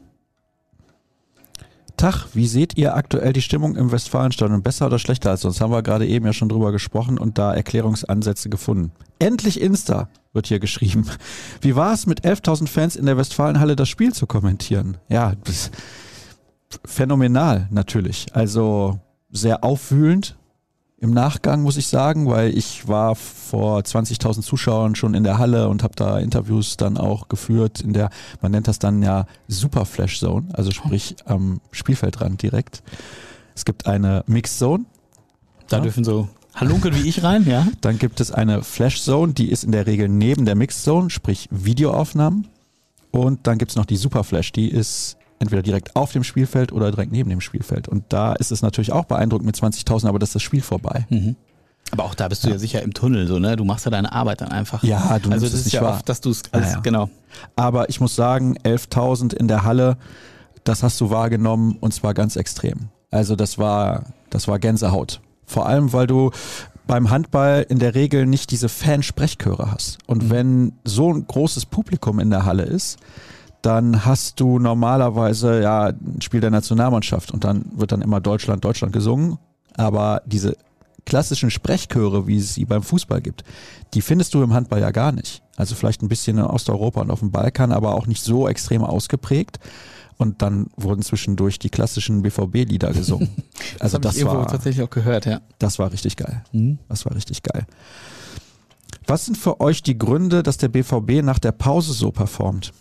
Tag, wie seht ihr aktuell die Stimmung im Westfalenstadion? Besser oder schlechter als sonst? Haben wir gerade eben ja schon drüber gesprochen und da Erklärungsansätze gefunden. Endlich Insta, wird hier geschrieben. Wie war es mit 11.000 Fans in der Westfalenhalle das Spiel zu kommentieren? Ja, phänomenal natürlich. Also sehr aufwühlend im Nachgang, muss ich sagen, weil ich war vor 20.000 Zuschauern schon in der Halle und habe da Interviews dann auch geführt in der, man nennt das dann ja Super Flash Zone, also sprich am Spielfeldrand direkt. Es gibt eine Mixed Zone. Da dürfen so Halunkel wie ich rein, ja. Dann gibt es eine Flash Zone, die ist in der Regel neben der Mixed Zone, sprich Videoaufnahmen. Und dann gibt es noch die Super Flash, die ist entweder direkt auf dem Spielfeld oder direkt neben dem Spielfeld. Und da ist es natürlich auch beeindruckend mit 20.000, aber das ist das Spiel vorbei. Mhm. Aber auch da bist du ja sicher im Tunnel, so, ne? Du machst ja deine Arbeit dann einfach. Ja, du also nimmst das es ist nicht wahr. Oft, dass du es alles, genau. Aber ich muss sagen, 11.000 in der Halle, das hast du wahrgenommen und zwar ganz extrem. Also das war Gänsehaut. Vor allem, weil du beim Handball in der Regel nicht diese Fansprechchöre hast. Und wenn so ein großes Publikum in der Halle ist, dann hast du normalerweise ja ein Spiel der Nationalmannschaft und dann wird dann immer Deutschland, Deutschland gesungen. Aber diese klassischen Sprechchöre, wie es sie beim Fußball gibt, die findest du im Handball ja gar nicht. Also vielleicht ein bisschen in Osteuropa und auf dem Balkan, aber auch nicht so extrem ausgeprägt. Und dann wurden zwischendurch die klassischen BVB-Lieder gesungen. Also das war tatsächlich auch gehört, ja. Das war richtig geil. Das war richtig geil. Was sind für euch die Gründe, dass der BVB nach der Pause so performt?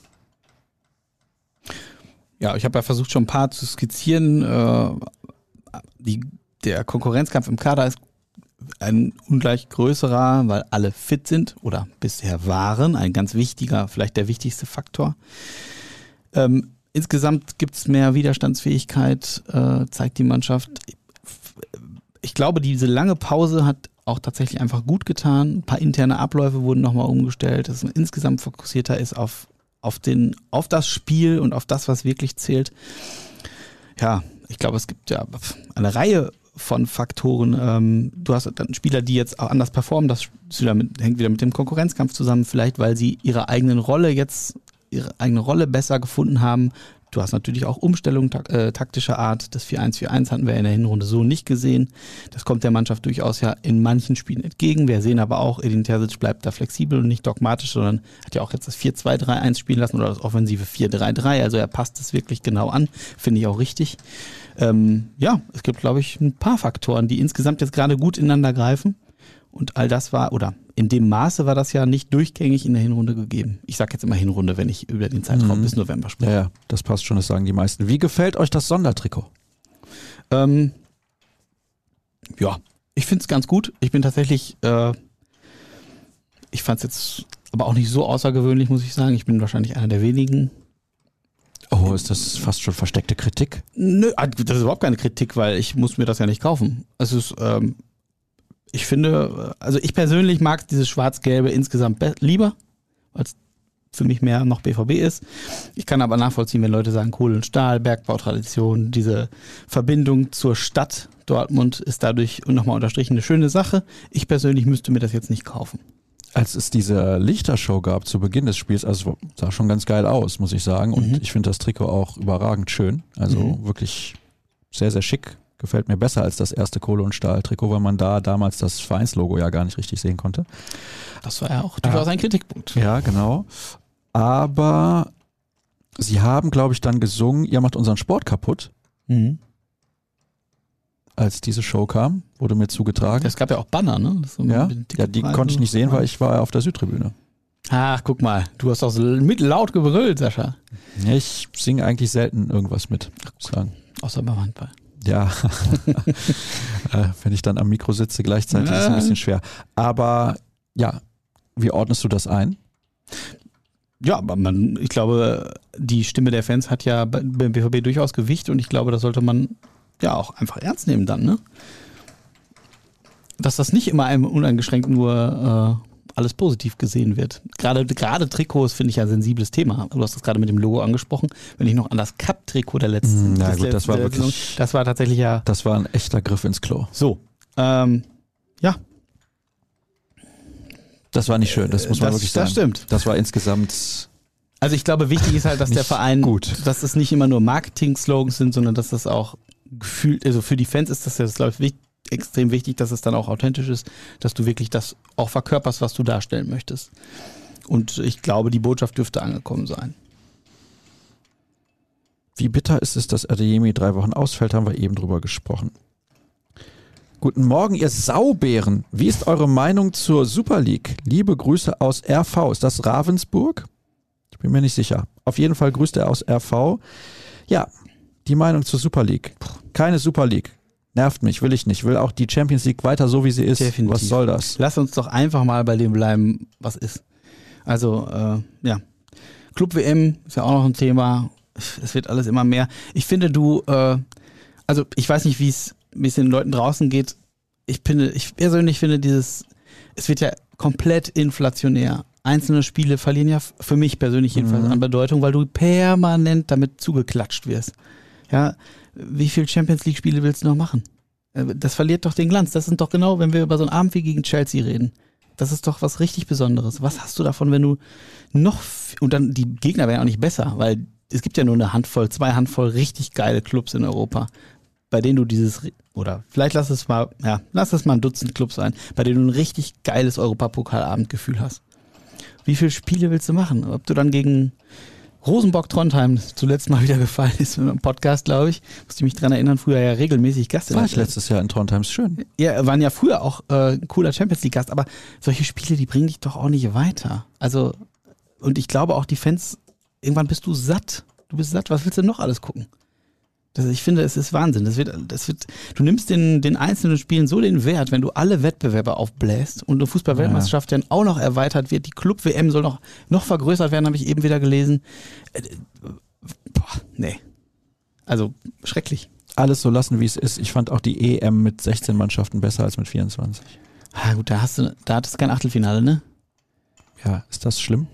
Ja, ich habe ja versucht, schon ein paar zu skizzieren. Der Konkurrenzkampf im Kader ist ein ungleich größerer, weil alle fit sind oder bisher waren. Ein ganz wichtiger, vielleicht der wichtigste Faktor. Insgesamt gibt es mehr Widerstandsfähigkeit, zeigt die Mannschaft. Ich glaube, diese lange Pause hat auch tatsächlich einfach gut getan. Ein paar interne Abläufe wurden nochmal umgestellt, dass man insgesamt fokussierter ist auf das Spiel und auf das, was wirklich zählt. Ja, ich glaube, es gibt ja eine Reihe von Faktoren. Du hast dann Spieler, die jetzt auch anders performen. Das hängt wieder mit dem Konkurrenzkampf zusammen, vielleicht weil sie ihre eigene Rolle besser gefunden haben. Du hast natürlich auch Umstellungen taktischer Art. Das 4-1-4-1 hatten wir in der Hinrunde so nicht gesehen. Das kommt der Mannschaft durchaus ja in manchen Spielen entgegen. Wir sehen aber auch, Edin Terzic bleibt da flexibel und nicht dogmatisch, sondern hat ja auch jetzt das 4-2-3-1 spielen lassen oder das offensive 4-3-3. Also er passt es wirklich genau an. Finde ich auch richtig. Es gibt, glaube ich, ein paar Faktoren, die insgesamt jetzt gerade gut ineinander greifen. Und all das in dem Maße war das ja nicht durchgängig in der Hinrunde gegeben. Ich sage jetzt immer Hinrunde, wenn ich über den Zeitraum bis November spreche. Ja, das passt schon, das sagen die meisten. Wie gefällt euch das Sondertrikot? Ich finde es ganz gut. Ich bin tatsächlich, ich fand es jetzt aber auch nicht so außergewöhnlich, muss ich sagen. Ich bin wahrscheinlich einer der wenigen. Oh, ist das fast schon versteckte Kritik? Nö, das ist überhaupt keine Kritik, weil ich muss mir das ja nicht kaufen. Es ist, ich finde, also ich persönlich mag dieses Schwarz-Gelbe insgesamt lieber, weil es für mich mehr noch BVB ist. Ich kann aber nachvollziehen, wenn Leute sagen, Kohle und Stahl, Bergbautradition, diese Verbindung zur Stadt Dortmund ist dadurch nochmal unterstrichen eine schöne Sache. Ich persönlich müsste mir das jetzt nicht kaufen. Als es diese Lichtershow gab zu Beginn des Spiels, also sah schon ganz geil aus, muss ich sagen. Und ich finde das Trikot auch überragend schön. Also wirklich sehr, sehr schick. Gefällt mir besser als das erste Kohle- und Stahl-Trikot, weil man da damals das Vereinslogo ja gar nicht richtig sehen konnte. Das war ja auch durchaus ein Kritikpunkt. Ja, genau. Aber sie haben, glaube ich, dann gesungen, ihr macht unseren Sport kaputt. Als diese Show kam, wurde mir zugetragen. Es gab ja auch Banner, ne? Die konnte ich nicht sehen, weil ich war auf der Südtribüne. Ach, guck mal, du hast auch so mit laut gebrüllt, Sascha. Ja, ich singe eigentlich selten irgendwas mit, muss ich sagen. Außer beim Handball. Ja, wenn ich dann am Mikro sitze gleichzeitig, ist es ein bisschen schwer. Aber ja, wie ordnest du das ein? Ja, aber ich glaube, die Stimme der Fans hat ja beim BVB durchaus Gewicht und ich glaube, das sollte man ja auch einfach ernst nehmen dann, ne? Dass das nicht immer einem uneingeschränkt nur alles positiv gesehen wird. Gerade Trikots finde ich ja ein sensibles Thema. Du hast das gerade mit dem Logo angesprochen. Wenn ich noch an das Cup-Trikot der letzten das war wirklich, Saison, das war tatsächlich ja... Das war ein echter Griff ins Klo. So, ja. Das war nicht schön, das muss man wirklich sagen. Das stimmt. Das war insgesamt... Also ich glaube, wichtig ist halt, dass der Verein, dass es nicht immer nur Marketing-Slogans sind, sondern dass das auch gefühlt, also für die Fans ist das ja, glaube ich, extrem wichtig, dass es dann auch authentisch ist, dass du wirklich das auch verkörperst, was du darstellen möchtest. Und ich glaube, die Botschaft dürfte angekommen sein. Wie bitter ist es, dass Adeyemi 3 Wochen ausfällt, haben wir eben drüber gesprochen. Guten Morgen, ihr Saubären. Wie ist eure Meinung zur Super League? Liebe Grüße aus RV. Ist das Ravensburg? Ich bin mir nicht sicher. Auf jeden Fall grüßt er aus RV. Ja, die Meinung zur Super League. Keine Super League. Nervt mich, will ich nicht. Will auch die Champions League weiter so, wie sie ist. Definitiv. Was soll das? Lass uns doch einfach mal bei dem bleiben, was ist. Also, Club-WM ist ja auch noch ein Thema. Es wird alles immer mehr. Ich finde, also ich weiß nicht, wie es den Leuten draußen geht. Ich persönlich finde es wird ja komplett inflationär. Einzelne Spiele verlieren ja für mich persönlich jedenfalls an Bedeutung, weil du permanent damit zugeklatscht wirst. Ja, wie viele Champions League Spiele willst du noch machen? Das verliert doch den Glanz. Das sind doch genau, wenn wir über so einen Abend wie gegen Chelsea reden. Das ist doch was richtig Besonderes. Was hast du davon, wenn du und dann die Gegner werden auch nicht besser, weil es gibt ja nur zwei Handvoll richtig geile Clubs in Europa, bei denen du oder vielleicht lass es mal ein Dutzend Clubs sein, bei denen du ein richtig geiles Europapokalabendgefühl hast. Wie viele Spiele willst du machen? Ob du dann gegen Rosenborg-Trondheim zuletzt mal wieder gefallen ist in einem Podcast, glaube ich. Musste ich mich dran erinnern, früher ja regelmäßig Gast. War ich letztes Jahr in Trondheim, ist schön. Ja, waren ja früher auch ein cooler Champions League-Gast, aber solche Spiele, die bringen dich doch auch nicht weiter. Also, und ich glaube auch die Fans, irgendwann bist du satt. Du bist satt, was willst du noch alles gucken? Ich finde, es ist Wahnsinn. Du nimmst den einzelnen Spielen so den Wert, wenn du alle Wettbewerbe aufbläst und eine Fußball-Weltmeisterschaft dann auch noch erweitert wird. Die Club-WM soll noch vergrößert werden, habe ich eben wieder gelesen. Nee. Also, schrecklich. Alles so lassen, wie es ist. Ich fand auch die EM mit 16 Mannschaften besser als mit 24. Ah, gut, da hattest du kein Achtelfinale, ne? Ja, ist das schlimm?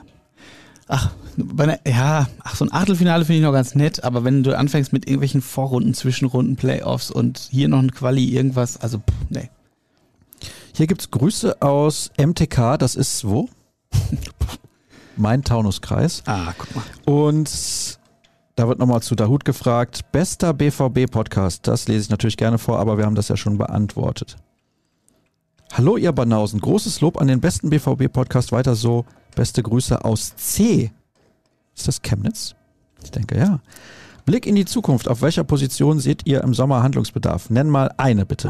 So ein Achtelfinale finde ich noch ganz nett, aber wenn du anfängst mit irgendwelchen Vorrunden, Zwischenrunden, Playoffs und hier noch ein Quali, irgendwas, also nee. Hier gibt's Grüße aus MTK, das ist wo? Mein Taunuskreis. Ah, guck mal. Und da wird nochmal zu Dahut gefragt, bester BVB-Podcast, das lese ich natürlich gerne vor, aber wir haben das ja schon beantwortet. Hallo ihr Banausen, großes Lob an den besten BVB-Podcast, weiter so. Beste Grüße aus C. Ist das Chemnitz? Ich denke, ja. Blick in die Zukunft. Auf welcher Position seht ihr im Sommer Handlungsbedarf? Nenn mal eine, bitte.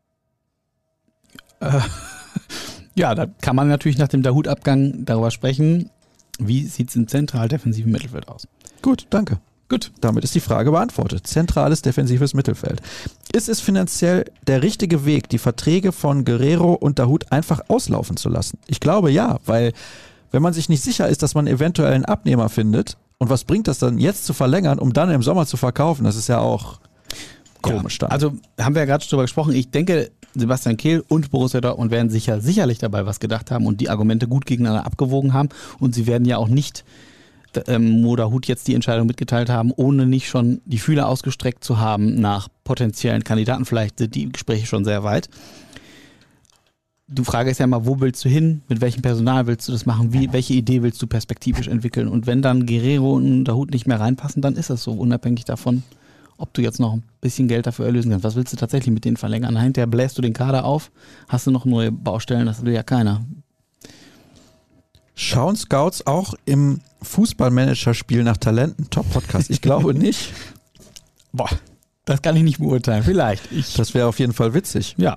Ja, da kann man natürlich nach dem Dahut-Abgang darüber sprechen. Wie sieht es im zentral-defensiven Mittelfeld aus? Gut, danke. Gut, damit ist die Frage beantwortet. Zentrales defensives Mittelfeld. Ist es finanziell der richtige Weg, die Verträge von Guerrero und Dahut einfach auslaufen zu lassen? Ich glaube ja, weil wenn man sich nicht sicher ist, dass man eventuell einen Abnehmer findet, und was bringt das dann jetzt zu verlängern, um dann im Sommer zu verkaufen? Das ist ja auch komisch dann. Also haben wir ja gerade schon drüber gesprochen. Ich denke, Sebastian Kehl und Borussia Dortmund werden sicherlich dabei was gedacht haben und die Argumente gut gegeneinander abgewogen haben. Und sie werden ja auch nicht Mo Dahut jetzt die Entscheidung mitgeteilt haben, ohne nicht schon die Fühler ausgestreckt zu haben nach potenziellen Kandidaten. Vielleicht sind die Gespräche schon sehr weit. Die Frage ist ja immer, wo willst du hin? Mit welchem Personal willst du das machen? Welche Idee willst du perspektivisch entwickeln? Und wenn dann Guerrero und Dahut nicht mehr reinpassen, dann ist das so, unabhängig davon, ob du jetzt noch ein bisschen Geld dafür erlösen kannst. Was willst du tatsächlich mit denen verlängern? Hinterher bläst du den Kader auf, hast du noch neue Baustellen, das will ja keiner. Schauen Scouts auch im Fußballmanager-Spiel nach Talenten? Top-Podcast? Ich glaube nicht. Boah, das kann ich nicht beurteilen. Vielleicht. Das wäre auf jeden Fall witzig. Ja.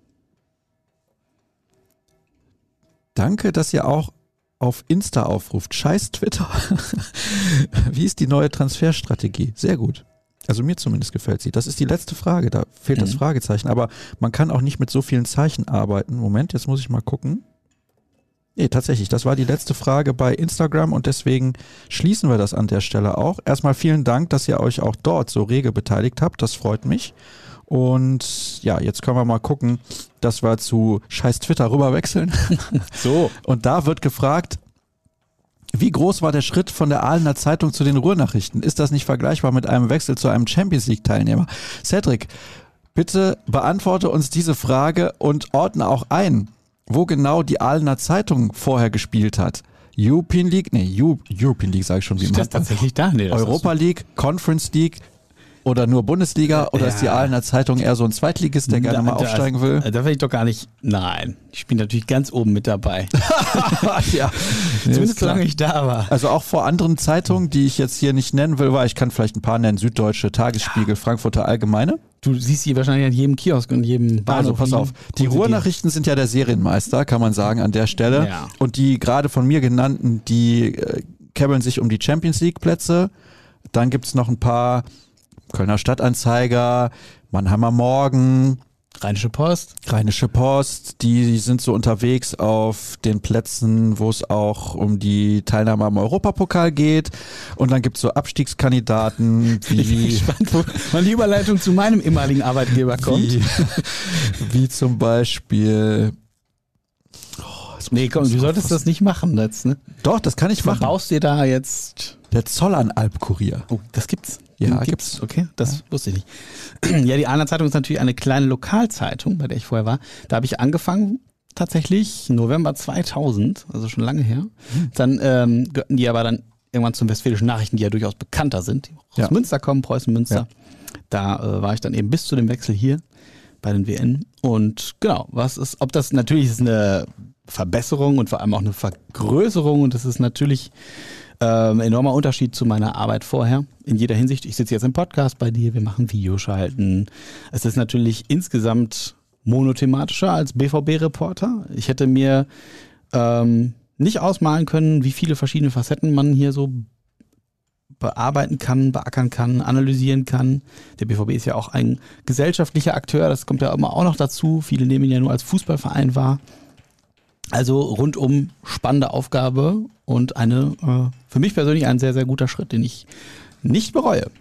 Danke, dass ihr auch auf Insta aufruft. Scheiß Twitter. Wie ist die neue Transferstrategie? Sehr gut. Also mir zumindest gefällt sie. Das ist die letzte Frage. Da fehlt das Fragezeichen. Aber man kann auch nicht mit so vielen Zeichen arbeiten. Moment, jetzt muss ich mal gucken. Nee, tatsächlich. Das war die letzte Frage bei Instagram und deswegen schließen wir das an der Stelle auch. Erstmal vielen Dank, dass ihr euch auch dort so rege beteiligt habt. Das freut mich. Und ja, jetzt können wir mal gucken, dass wir zu scheiß Twitter rüberwechseln. So. Und da wird gefragt, wie groß war der Schritt von der Ahlener Zeitung zu den Ruhrnachrichten? Ist das nicht vergleichbar mit einem Wechsel zu einem Champions League Teilnehmer? Cedric, bitte beantworte uns diese Frage und ordne auch ein, wo genau die Ahlener Zeitung vorher gespielt hat. European League, European League sage ich schon wie immer. Ist das tatsächlich da? Nee, Europa League, Conference League. Oder nur Bundesliga? Oder ist die Ahlener Zeitung eher so ein Zweitligist, der gerne mal aufsteigen will? Da will ich doch gar nicht. Nein, ich bin natürlich ganz oben mit dabei. Ja, zumindest solange ich da war. Also auch vor anderen Zeitungen, die ich jetzt hier nicht nennen will, weil ich kann vielleicht ein paar nennen: Süddeutsche, Tagesspiegel, Frankfurter Allgemeine. Du siehst die wahrscheinlich an jedem Kiosk und jedem Bahnhof. Also pass auf, die Ruhrnachrichten sind ja der Serienmeister, kann man sagen an der Stelle. Ja. Und die gerade von mir genannten, die käbbeln sich um die Champions League Plätze. Dann gibt's noch ein paar: Kölner Stadtanzeiger, Mannheimer Morgen, Rheinische Post, die sind so unterwegs auf den Plätzen, wo es auch um die Teilnahme am Europapokal geht. Und dann gibt es so Abstiegskandidaten wie... Ich bin gespannt, wann die Überleitung zu meinem ehemaligen Arbeitgeber kommt. Wie zum Beispiel... Nee, komm, du solltest das nicht machen jetzt, ne? Doch, das kann ich machen. Baust dir da jetzt... Der Zollernalb-Kurier. Oh, das gibt's? Ja, gibt's. Okay, das wusste ich nicht. Ja, die Ahlener Zeitung ist natürlich eine kleine Lokalzeitung, bei der ich vorher war. Da habe ich angefangen, tatsächlich November 2000, also schon lange her. Dann gehörten die aber dann irgendwann zum Westfälischen Nachrichten, die ja durchaus bekannter sind, die aus Münster kommen, Preußen-Münster. Ja. Da war ich dann eben bis zu dem Wechsel hier bei den WN. Und genau, ob das natürlich ist eine Verbesserung und vor allem auch eine Vergrößerung, und das ist natürlich ein enormer Unterschied zu meiner Arbeit vorher. In jeder Hinsicht. Ich sitze jetzt im Podcast bei dir, wir machen Videoschalten. Es ist natürlich insgesamt monothematischer als BVB-Reporter. Ich hätte mir nicht ausmalen können, wie viele verschiedene Facetten man hier so bearbeiten kann, beackern kann, analysieren kann. Der BVB ist ja auch ein gesellschaftlicher Akteur, das kommt ja immer auch noch dazu. Viele nehmen ihn ja nur als Fußballverein wahr. Also rundum spannende Aufgabe und für mich persönlich ein sehr, sehr guter Schritt, den ich nicht bereue.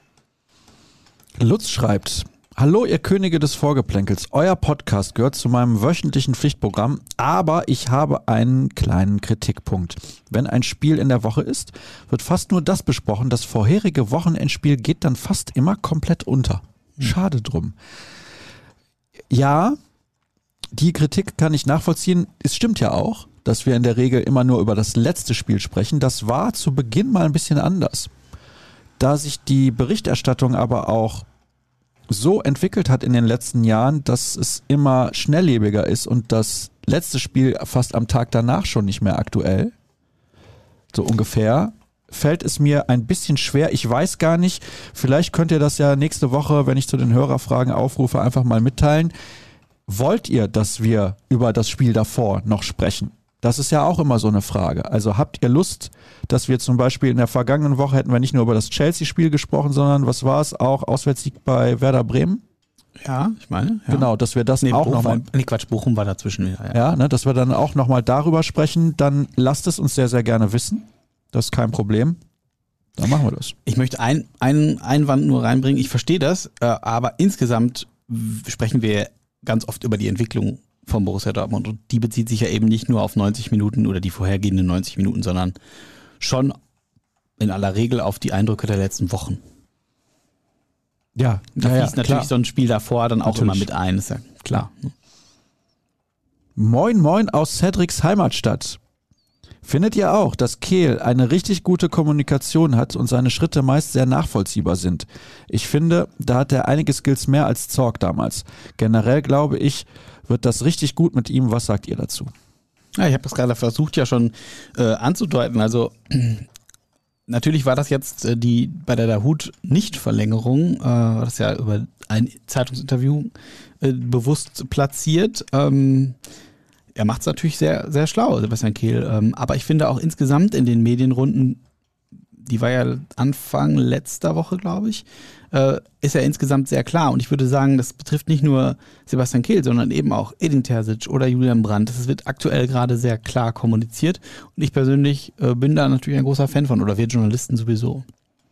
Lutz schreibt: Hallo, ihr Könige des Vorgeplänkels. Euer Podcast gehört zu meinem wöchentlichen Pflichtprogramm, aber ich habe einen kleinen Kritikpunkt. Wenn ein Spiel in der Woche ist, wird fast nur das besprochen. Das vorherige Wochenendspiel geht dann fast immer komplett unter. Schade drum. Ja, die Kritik kann ich nachvollziehen. Es stimmt ja auch, dass wir in der Regel immer nur über das letzte Spiel sprechen. Das war zu Beginn mal ein bisschen anders. Da sich die Berichterstattung aber auch so entwickelt hat in den letzten Jahren, dass es immer schnelllebiger ist und das letzte Spiel fast am Tag danach schon nicht mehr aktuell, so ungefähr, fällt es mir ein bisschen schwer. Ich weiß gar nicht, vielleicht könnt ihr das ja nächste Woche, wenn ich zu den Hörerfragen aufrufe, einfach mal mitteilen. Wollt ihr, dass wir über das Spiel davor noch sprechen? Das ist ja auch immer so eine Frage. Also habt ihr Lust, dass wir zum Beispiel in der vergangenen Woche hätten wir nicht nur über das Chelsea-Spiel gesprochen, sondern was war es auch? Auswärtssieg bei Werder Bremen? Ja, ich meine. Ja. Genau, dass wir das auch nochmal... Bochum war dazwischen wieder. Ja, ne, dass wir dann auch nochmal darüber sprechen. Dann lasst es uns sehr, sehr gerne wissen. Das ist kein Problem. Dann machen wir das. Ich möchte einen Einwand nur reinbringen. Ich verstehe das, aber insgesamt sprechen wir ganz oft über die Entwicklung von Borussia Dortmund und die bezieht sich ja eben nicht nur auf 90 Minuten oder die vorhergehenden 90 Minuten, sondern schon in aller Regel auf die Eindrücke der letzten Wochen. Ja, da fließt natürlich so ein Spiel davor dann auch immer mit ein, ist ja klar. Moin Moin aus Cedrics Heimatstadt. Findet ihr auch, dass Kehl eine richtig gute Kommunikation hat und seine Schritte meist sehr nachvollziehbar sind? Ich finde, da hat er einige Skills mehr als Zorc damals. Generell glaube ich, wird das richtig gut mit ihm. Was sagt ihr dazu? Ja, ich habe das gerade versucht ja schon anzudeuten. Also natürlich war das jetzt bei der Dahoud-Nicht-Verlängerung, war das ja über ein Zeitungsinterview bewusst platziert. Er macht es natürlich sehr, sehr schlau, Sebastian Kehl. Aber ich finde auch insgesamt in den Medienrunden, die war ja Anfang letzter Woche, glaube ich, ist er insgesamt sehr klar. Und ich würde sagen, das betrifft nicht nur Sebastian Kehl, sondern eben auch Edin Terzic oder Julian Brandt. Das wird aktuell gerade sehr klar kommuniziert. Und ich persönlich bin da natürlich ein großer Fan von, oder wir Journalisten sowieso.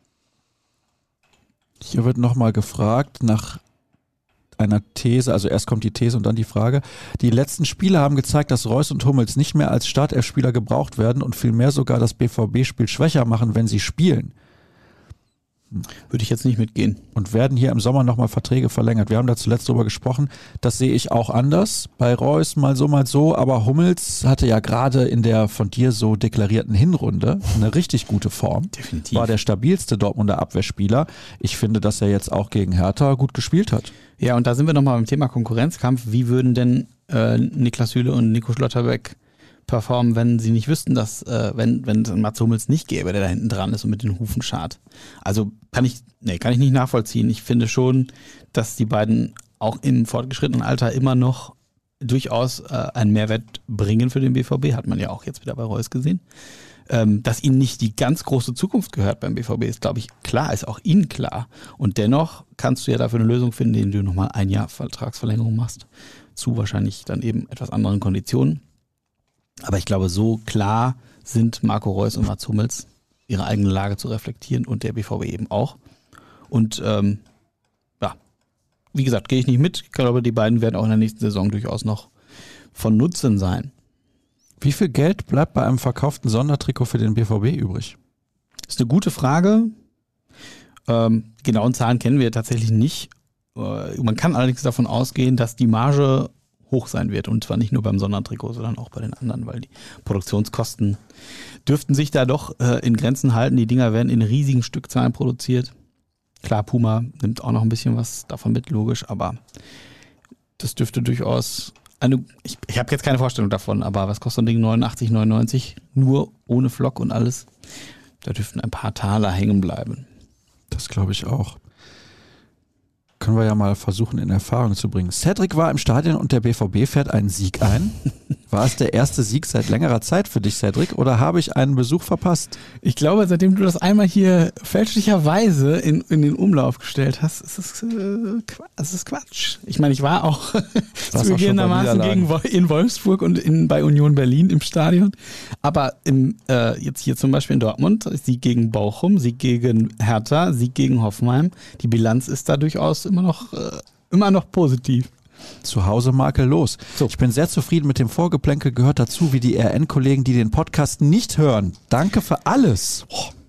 Hier wird nochmal gefragt nach einer These, also erst kommt die These und dann die Frage. Die letzten Spiele haben gezeigt, dass Reus und Hummels nicht mehr als Startelfspieler gebraucht werden und vielmehr sogar das BVB-Spiel schwächer machen, wenn sie spielen. Würde ich jetzt nicht mitgehen. Und werden hier im Sommer nochmal Verträge verlängert. Wir haben da zuletzt drüber gesprochen. Das sehe ich auch anders. Bei Reus mal so. Aber Hummels hatte ja gerade in der von dir so deklarierten Hinrunde eine richtig gute Form. Definitiv. War der stabilste Dortmunder Abwehrspieler. Ich finde, dass er jetzt auch gegen Hertha gut gespielt hat. Ja, und da sind wir nochmal beim Thema Konkurrenzkampf. Wie würden denn Niklas Süle und Nico Schlotterbeck performen, wenn sie nicht wüssten, dass wenn es Mats Hummels nicht gäbe, der da hinten dran ist und mit den Hufen schart. Also kann ich nicht nachvollziehen. Ich finde schon, dass die beiden auch im fortgeschrittenen Alter immer noch durchaus einen Mehrwert bringen für den BVB. Hat man ja auch jetzt wieder bei Reus gesehen. Dass ihnen nicht die ganz große Zukunft gehört beim BVB, ist, glaube ich, klar, ist auch ihnen klar. Und dennoch kannst du ja dafür eine Lösung finden, indem du nochmal ein Jahr Vertragsverlängerung machst. Zu wahrscheinlich dann eben etwas anderen Konditionen. Aber ich glaube, so klar sind Marco Reus und Mats Hummels, ihre eigene Lage zu reflektieren und der BVB eben auch. Und wie gesagt, gehe ich nicht mit. Ich glaube, die beiden werden auch in der nächsten Saison durchaus noch von Nutzen sein. Wie viel Geld bleibt bei einem verkauften Sondertrikot für den BVB übrig? Das ist eine gute Frage. Genauen Zahlen kennen wir tatsächlich nicht. Man kann allerdings davon ausgehen, dass die Marge hoch sein wird. Und zwar nicht nur beim Sondertrikot, sondern auch bei den anderen, weil die Produktionskosten dürften sich da doch in Grenzen halten. Die Dinger werden in riesigen Stückzahlen produziert. Klar, Puma nimmt auch noch ein bisschen was davon mit, logisch, aber das dürfte durchaus ich habe jetzt keine Vorstellung davon, aber was kostet so ein Ding? 89,99? Nur ohne Flock und alles. Da dürften ein paar Taler hängen bleiben. Das glaube ich auch. Können wir ja mal versuchen, in Erfahrung zu bringen. Cedric war im Stadion und der BVB fährt einen Sieg ein. War es der erste Sieg seit längerer Zeit für dich, Cedric, oder habe ich einen Besuch verpasst? Ich glaube, seitdem du das einmal hier fälschlicherweise in den Umlauf gestellt hast, ist es Quatsch. Ich meine, ich war auch zugegebenermaßen in Wolfsburg und bei Union Berlin im Stadion. Aber jetzt hier zum Beispiel in Dortmund, Sieg gegen Bochum, Sieg gegen Hertha, Sieg gegen Hoffenheim. Die Bilanz ist da durchaus immer noch positiv. Zu Hause makellos. So. Ich bin sehr zufrieden mit dem Vorgeplänkel, gehört dazu, wie die RN-Kollegen, die den Podcast nicht hören. Danke für alles.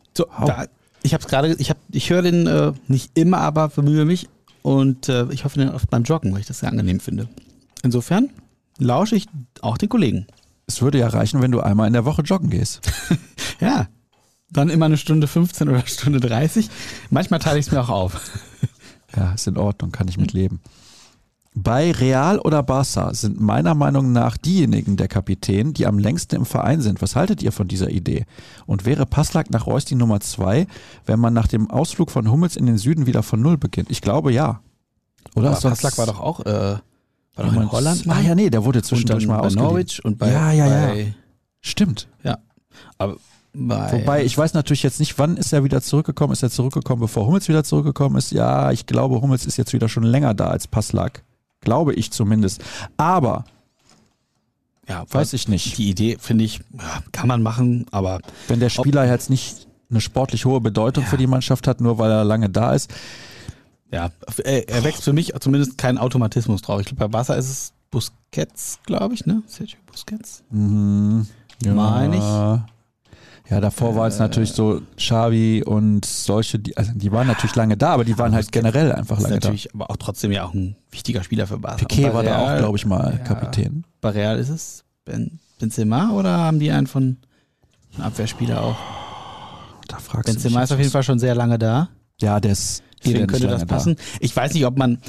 Ich höre den nicht immer, aber bemühe mich und ich hoffe den oft beim Joggen, weil ich das sehr angenehm finde. Insofern lausche ich auch den Kollegen. Es würde ja reichen, wenn du einmal in der Woche joggen gehst. Ja, dann immer eine Stunde 15 oder Stunde 30. Manchmal teile ich es mir auch auf. Ja, ist in Ordnung, kann ich mit leben. Bei Real oder Barca sind meiner Meinung nach diejenigen der Kapitän, die am längsten im Verein sind. Was haltet ihr von dieser Idee? Und wäre Passlack nach Reus die Nummer 2, wenn man nach dem Ausflug von Hummels in den Süden wieder von Null beginnt? Ich glaube ja. Oder? Aber Passlack war doch auch in Holland. Ah ja, nee, der wurde zwischendurch mal ausgeliehen. Bei Norwich und bei Stimmt. Ja. Aber wobei, ich weiß natürlich jetzt nicht, wann ist er wieder zurückgekommen? Ist er zurückgekommen, bevor Hummels wieder zurückgekommen ist? Ja, ich glaube, Hummels ist jetzt wieder schon länger da als Passlack. Glaube ich zumindest. Aber, weiß ich nicht. Die Idee, finde ich, kann man machen, aber... Wenn der Spieler jetzt nicht eine sportlich hohe Bedeutung für die Mannschaft hat, nur weil er lange da ist. Ja, er wächst für mich zumindest kein Automatismus drauf. Ich glaube, bei Barca ist es Busquets, glaube ich, ne? Sergio Busquets. Ja. Meine ich. Ja, davor war es natürlich so Xavi und solche, die waren natürlich lange da, aber die waren halt generell einfach lange da. Ist natürlich aber auch trotzdem ja auch ein wichtiger Spieler für Barca. Piqué war da auch, glaube ich, mal Kapitän. Bei Real ist es Benzema oder haben die einen von einem Abwehrspieler auch? Da fragst du mich. Benzema ist auf jeden Fall schon sehr lange da. Ja, deswegen könnte das passen. Ich weiß nicht, ob man...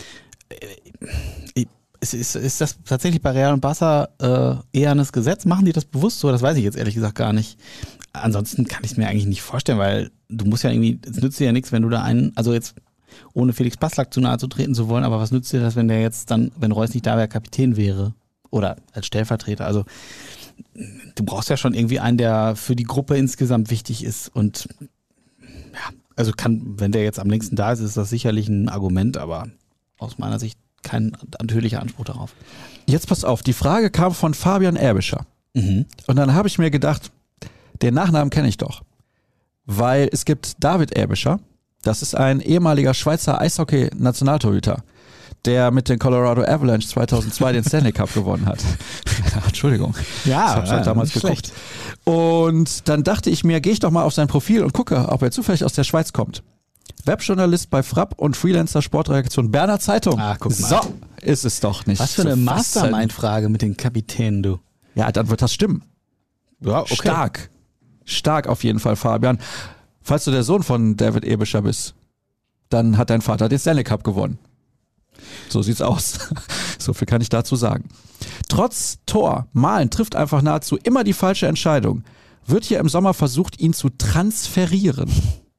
Ist das tatsächlich bei Real und Barca eher ein Gesetz? Machen die das bewusst so? Das weiß ich jetzt ehrlich gesagt gar nicht. Ansonsten kann ich es mir eigentlich nicht vorstellen, weil du musst ja irgendwie, es nützt dir ja nichts, wenn du da also jetzt ohne Felix Passlack zu nahe zu treten zu wollen, aber was nützt dir das, wenn der jetzt dann, wenn Reus nicht da wäre, Kapitän wäre? Oder als Stellvertreter? Also du brauchst ja schon irgendwie einen, der für die Gruppe insgesamt wichtig ist und also wenn der jetzt am längsten da ist das sicherlich ein Argument, aber aus meiner Sicht kein natürlicher Anspruch darauf. Jetzt pass auf, die Frage kam von Fabian Erbischer. Und dann habe ich mir gedacht, den Nachnamen kenne ich doch. Weil es gibt David Erbischer, das ist ein ehemaliger Schweizer Eishockey-Nationaltorhüter, der mit den Colorado Avalanche 2002 den Stanley Cup gewonnen hat. Entschuldigung. Ja, ich habe halt damals geguckt. Und dann dachte ich mir, gehe ich doch mal auf sein Profil und gucke, ob er zufällig aus der Schweiz kommt. Webjournalist bei Frapp und Freelancer-Sportredaktion Berner Zeitung. Guck mal. So ist es doch nicht. Was für eine Mastermind-Frage mit den Kapitänen, du. Ja, dann wird das stimmen. Ja, okay. Stark auf jeden Fall, Fabian. Falls du der Sohn von David Ebischer bist, dann hat dein Vater den Stanley Cup gewonnen. So sieht's aus. So viel kann ich dazu sagen. Trotz Tor, Malen trifft einfach nahezu immer die falsche Entscheidung. Wird hier im Sommer versucht, ihn zu transferieren?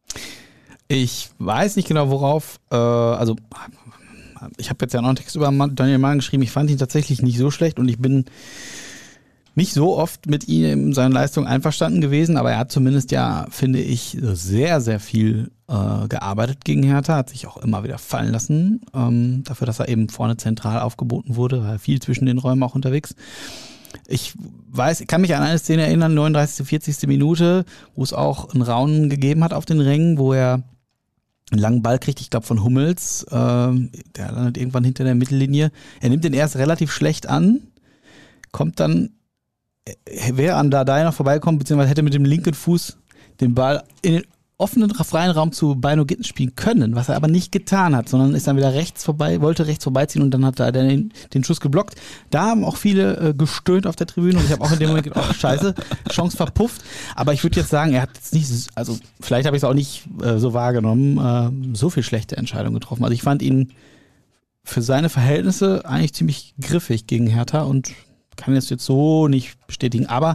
Ich weiß nicht genau, worauf, also ich habe jetzt ja noch einen Text über Daniel Mahlen geschrieben, ich fand ihn tatsächlich nicht so schlecht und ich bin nicht so oft mit ihm in seinen Leistungen einverstanden gewesen, aber er hat zumindest ja, finde ich, sehr, sehr viel gearbeitet gegen Hertha, hat sich auch immer wieder fallen lassen, dafür, dass er eben vorne zentral aufgeboten wurde, war viel zwischen den Räumen auch unterwegs. Ich kann mich an eine Szene erinnern, 39., 40. Minute, wo es auch ein Raunen gegeben hat auf den Rängen, wo er einen langen Ball kriegt, ich glaube von Hummels, der landet irgendwann hinter der Mittellinie. Er nimmt den erst relativ schlecht an, kommt dann, wäre an Dardai noch vorbeikommen, beziehungsweise hätte mit dem linken Fuß den Ball in den offenen, freien Raum zu Beino Gitten spielen können, was er aber nicht getan hat, sondern ist dann wieder wollte rechts vorbeiziehen und dann hat er den Schuss geblockt. Da haben auch viele gestöhnt auf der Tribüne und ich habe auch in dem Moment gedacht, scheiße, Chance verpufft. Aber ich würde jetzt sagen, er hat jetzt nicht, also vielleicht habe ich es auch nicht so wahrgenommen, so viel schlechte Entscheidungen getroffen. Also ich fand ihn für seine Verhältnisse eigentlich ziemlich griffig gegen Hertha und kann das jetzt so nicht bestätigen. Aber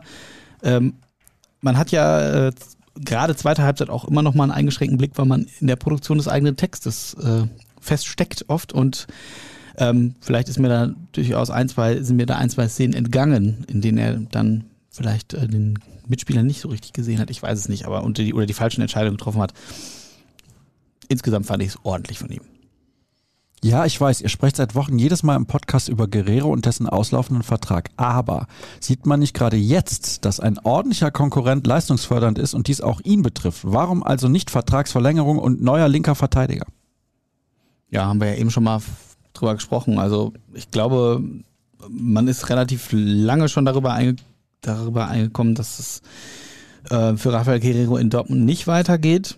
man hat ja gerade zweite Halbzeit auch immer noch mal einen eingeschränkten Blick, weil man in der Produktion des eigenen Textes feststeckt oft und vielleicht sind mir da ein, zwei Szenen entgangen, in denen er dann vielleicht den Mitspieler nicht so richtig gesehen hat, ich weiß es nicht, aber oder die falschen Entscheidungen getroffen hat. Insgesamt fand ich es ordentlich von ihm. Ja, ich weiß, ihr sprecht seit Wochen jedes Mal im Podcast über Guerrero und dessen auslaufenden Vertrag. Aber sieht man nicht gerade jetzt, dass ein ordentlicher Konkurrent leistungsfördernd ist und dies auch ihn betrifft? Warum also nicht Vertragsverlängerung und neuer linker Verteidiger? Ja, haben wir ja eben schon mal drüber gesprochen. Also ich glaube, man ist relativ lange schon darüber eingekommen, dass es für Rafael Guerrero in Dortmund nicht weitergeht.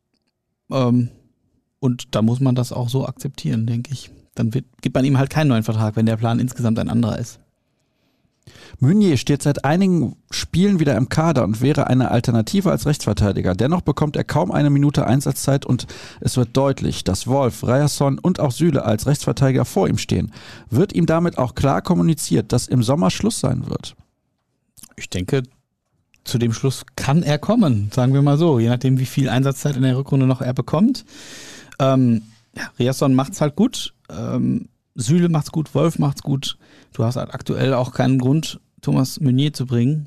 Und da muss man das auch so akzeptieren, denke ich. Dann gibt man ihm halt keinen neuen Vertrag, wenn der Plan insgesamt ein anderer ist. Meunier steht seit einigen Spielen wieder im Kader und wäre eine Alternative als Rechtsverteidiger. Dennoch bekommt er kaum eine Minute Einsatzzeit und es wird deutlich, dass Wolf, Ryerson und auch Süle als Rechtsverteidiger vor ihm stehen. Wird ihm damit auch klar kommuniziert, dass im Sommer Schluss sein wird? Ich denke, zu dem Schluss kann er kommen, sagen wir mal so, je nachdem, wie viel Einsatzzeit in der Rückrunde noch er bekommt. Ryerson macht's halt gut, Süle macht's gut, Wolf macht's gut. Du hast halt aktuell auch keinen Grund, Thomas Meunier zu bringen.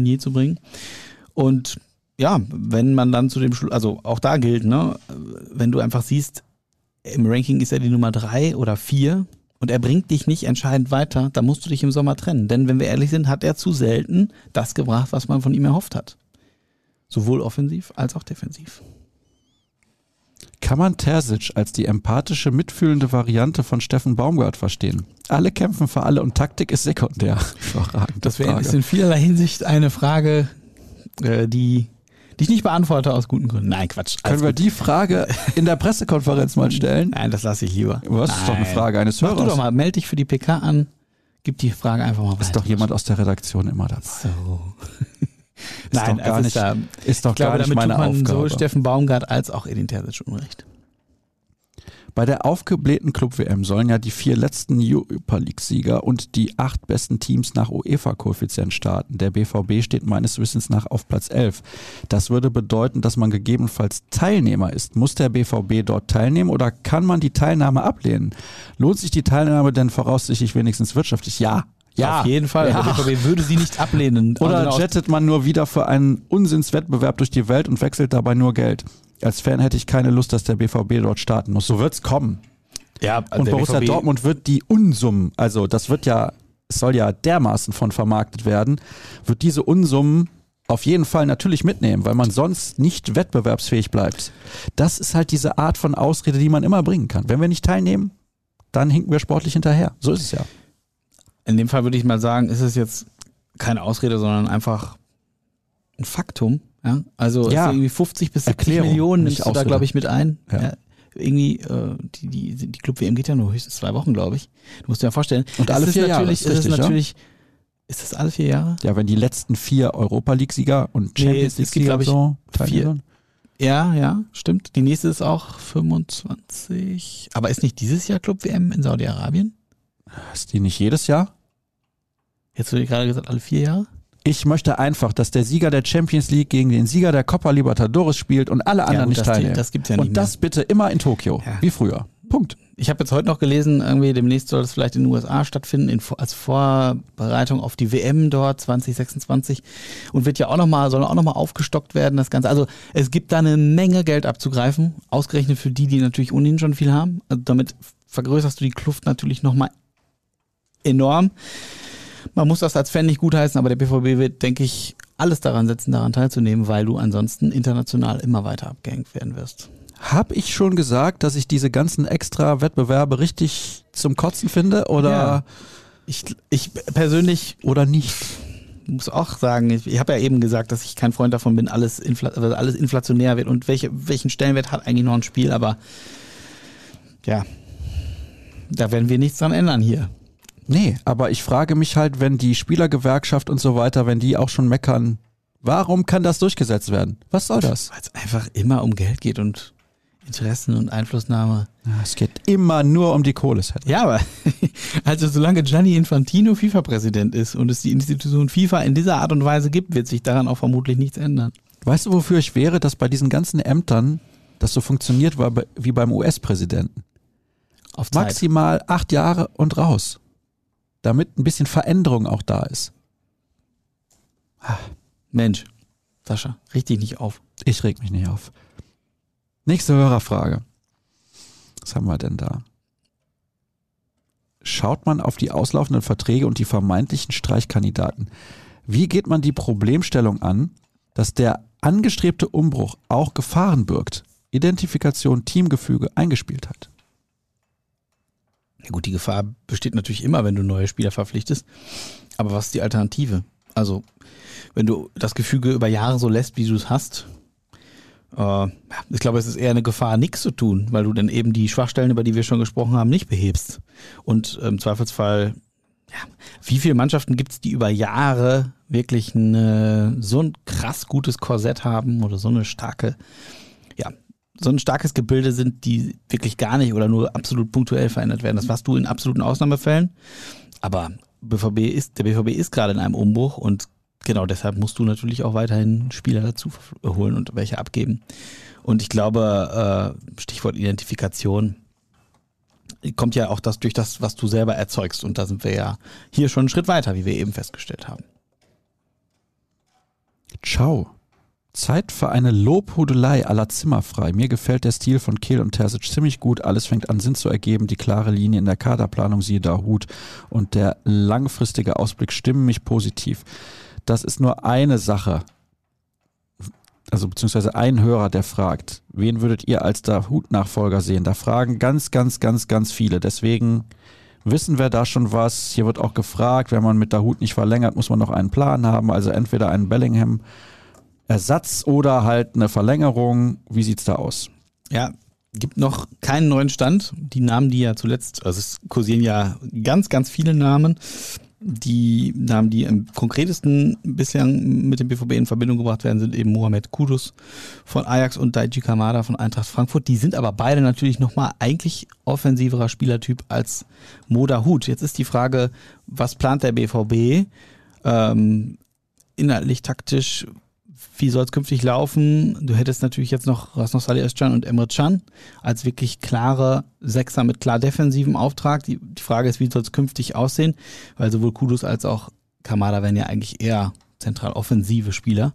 Und ja, wenn man dann zu dem Schluss, also auch da gilt, ne, wenn du einfach siehst, im Ranking ist er die Nummer 3 oder 4 und er bringt dich nicht entscheidend weiter, dann musst du dich im Sommer trennen. Denn wenn wir ehrlich sind, hat er zu selten das gebracht, was man von ihm erhofft hat. Sowohl offensiv als auch defensiv. Kann man Terzic als die empathische, mitfühlende Variante von Steffen Baumgart verstehen? Alle kämpfen für alle und Taktik ist sekundär. Das ist in vielerlei Hinsicht eine Frage, die ich nicht beantworte aus guten Gründen. Nein, Quatsch. Können wir die Frage in der Pressekonferenz mal stellen? Nein, das lasse ich lieber. Das ist doch eine Frage eines Hörers. Mach du doch mal, melde dich für die PK an, gib die Frage einfach mal weiter. Ist doch jemand aus der Redaktion immer dabei. So. Nein, ist doch gar nicht meine Aufgabe. Sowohl Steffen Baumgart als auch Edin Terzic Unrecht. Bei der aufgeblähten Club-WM sollen ja die 4 letzten Europa-League-Sieger und die 8 besten Teams nach UEFA-Koeffizient starten. Der BVB steht meines Wissens nach auf Platz 11. Das würde bedeuten, dass man gegebenenfalls Teilnehmer ist. Muss der BVB dort teilnehmen oder kann man die Teilnahme ablehnen? Lohnt sich die Teilnahme denn voraussichtlich wenigstens wirtschaftlich? Ja. Ja, auf jeden Fall. Ja. Der BVB würde sie nicht ablehnen. Oder jettet man nur wieder für einen Unsinnswettbewerb durch die Welt und wechselt dabei nur Geld? Als Fan hätte ich keine Lust, dass der BVB dort starten muss. So wird's kommen. Ja, und Borussia Dortmund wird die Unsummen, also es soll ja dermaßen von vermarktet werden, wird diese Unsummen auf jeden Fall natürlich mitnehmen, weil man sonst nicht wettbewerbsfähig bleibt. Das ist halt diese Art von Ausrede, die man immer bringen kann. Wenn wir nicht teilnehmen, dann hinken wir sportlich hinterher. So ist es ja. In dem Fall würde ich mal sagen, ist es jetzt keine Ausrede, sondern einfach ein Faktum. Ja? Also irgendwie 50 bis 70 Millionen nimmst du da, glaube ich, mit ein. Ja. Ja. Irgendwie, die Club-WM geht ja nur höchstens 2 Wochen, glaube ich. Du musst dir ja vorstellen. Und alle 4 Jahre. Ist das alle 4 Jahre? Ja, wenn die letzten 4 Europa-League-Sieger und Champions League-Sieger so teilnehmen. Ja, stimmt. Die nächste ist auch 25. Aber ist nicht dieses Jahr Club-WM in Saudi-Arabien? Ist die nicht jedes Jahr? Jetzt wurde gerade gesagt, alle 4 Jahre? Ich möchte einfach, dass der Sieger der Champions League gegen den Sieger der Copa Libertadores spielt und alle anderen nicht teilnehmen. Das gibt's ja nicht und das bitte immer in Tokio, wie früher. Punkt. Ich habe jetzt heute noch gelesen, irgendwie demnächst soll das vielleicht in den USA stattfinden, als Vorbereitung auf die WM dort 2026 und soll auch nochmal aufgestockt werden, das Ganze. Also es gibt da eine Menge Geld abzugreifen, ausgerechnet für die natürlich ohnehin schon viel haben. Also damit vergrößerst du die Kluft natürlich nochmal enorm. Man muss das als Fan nicht gutheißen, aber der BVB wird, denke ich, alles daran setzen, daran teilzunehmen, weil du ansonsten international immer weiter abgehängt werden wirst. Habe ich schon gesagt, dass ich diese ganzen extra Wettbewerbe richtig zum Kotzen finde? Oder ja. Ich persönlich oder nicht? Muss auch sagen, ich habe ja eben gesagt, dass ich kein Freund davon bin, alles inflationär wird und welchen Stellenwert hat eigentlich noch ein Spiel, aber ja, da werden wir nichts dran ändern hier. Nee, aber ich frage mich halt, wenn die Spielergewerkschaft und so weiter, wenn die auch schon meckern, warum kann das durchgesetzt werden? Was soll das? Weil es einfach immer um Geld geht und Interessen und Einflussnahme. Ja, es geht immer nur um die Kohle. Ja, aber also solange Gianni Infantino FIFA-Präsident ist und es die Institution FIFA in dieser Art und Weise gibt, wird sich daran auch vermutlich nichts ändern. Weißt du, wofür ich wäre, dass bei diesen ganzen Ämtern das so funktioniert wie beim US-Präsidenten? Auf Zeit. Maximal 8 Jahre und raus. Damit ein bisschen Veränderung auch da ist. Mensch, Sascha, reg dich nicht auf. Ich reg mich nicht auf. Nächste Hörerfrage. Was haben wir denn da? Schaut man auf die auslaufenden Verträge und die vermeintlichen Streichkandidaten? Wie geht man die Problemstellung an, dass der angestrebte Umbruch auch Gefahren birgt? Identifikation, Teamgefüge eingespielt hat. Ja gut, die Gefahr besteht natürlich immer, wenn du neue Spieler verpflichtest. Aber was ist die Alternative? Also, wenn du das Gefüge über Jahre so lässt, wie du es hast, ich glaube, es ist eher eine Gefahr, nichts zu tun, weil du dann eben die Schwachstellen, über die wir schon gesprochen haben, nicht behebst. Und im Zweifelsfall, wie viele Mannschaften gibt es, die über Jahre wirklich so ein krass gutes Korsett haben oder so ein starkes Gebilde sind, die wirklich gar nicht oder nur absolut punktuell verändert werden. Das warst du in absoluten Ausnahmefällen. Aber der BVB ist gerade in einem Umbruch und genau deshalb musst du natürlich auch weiterhin Spieler dazu holen und welche abgeben. Und ich glaube, Stichwort Identifikation, kommt ja auch durch das, was du selber erzeugst. Und da sind wir ja hier schon einen Schritt weiter, wie wir eben festgestellt haben. Ciao. Zeit für eine Lobhudelei à la Zimmerfrei. Mir gefällt der Stil von Kehl und Terzic ziemlich gut. Alles fängt an Sinn zu ergeben. Die klare Linie in der Kaderplanung, siehe Dahoud, und der langfristige Ausblick stimmen mich positiv. Das ist nur eine Sache, also beziehungsweise ein Hörer, der fragt, wen würdet ihr als Dahoud-Nachfolger sehen? Da fragen ganz, ganz, ganz, ganz viele. Deswegen wissen wir da schon was. Hier wird auch gefragt, wenn man mit Dahoud nicht verlängert, muss man noch einen Plan haben. Also entweder einen Bellingham-Ersatz oder halt eine Verlängerung. Wie sieht's da aus? Ja, gibt noch keinen neuen Stand. Die Namen, die ja zuletzt, also es kursieren ja ganz, ganz viele Namen. Die Namen, die am konkretesten bislang mit dem BVB in Verbindung gebracht werden, sind eben Mohamed Kudus von Ajax und Daichi Kamada von Eintracht Frankfurt. Die sind aber beide natürlich nochmal eigentlich offensiverer Spielertyp als Mo Dahoud. Jetzt ist die Frage, was plant der BVB? Inhaltlich, taktisch, wie soll es künftig laufen? Du hättest natürlich jetzt noch Rasmus Salihamidzic und Emre Can als wirklich klare Sechser mit klar defensivem Auftrag. Die Frage ist, wie soll es künftig aussehen? Weil sowohl Kudus als auch Kamada werden ja eigentlich eher zentral offensive Spieler.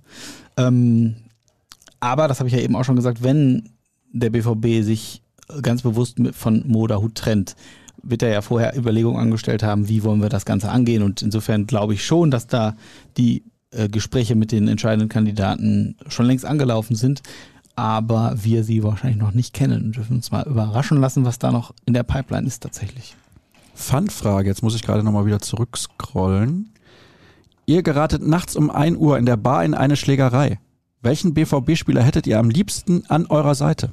Aber, das habe ich ja eben auch schon gesagt, wenn der BVB sich ganz bewusst von Mo Dahoud trennt, wird er ja vorher Überlegungen angestellt haben, wie wollen wir das Ganze angehen. Und insofern glaube ich schon, dass da die Gespräche mit den entscheidenden Kandidaten schon längst angelaufen sind, aber wir sie wahrscheinlich noch nicht kennen und dürfen uns mal überraschen lassen, was da noch in der Pipeline ist tatsächlich. Fun-Frage, jetzt muss ich gerade nochmal wieder zurückscrollen. Ihr geratet nachts um 1 Uhr in der Bar in eine Schlägerei. Welchen BVB-Spieler hättet ihr am liebsten an eurer Seite?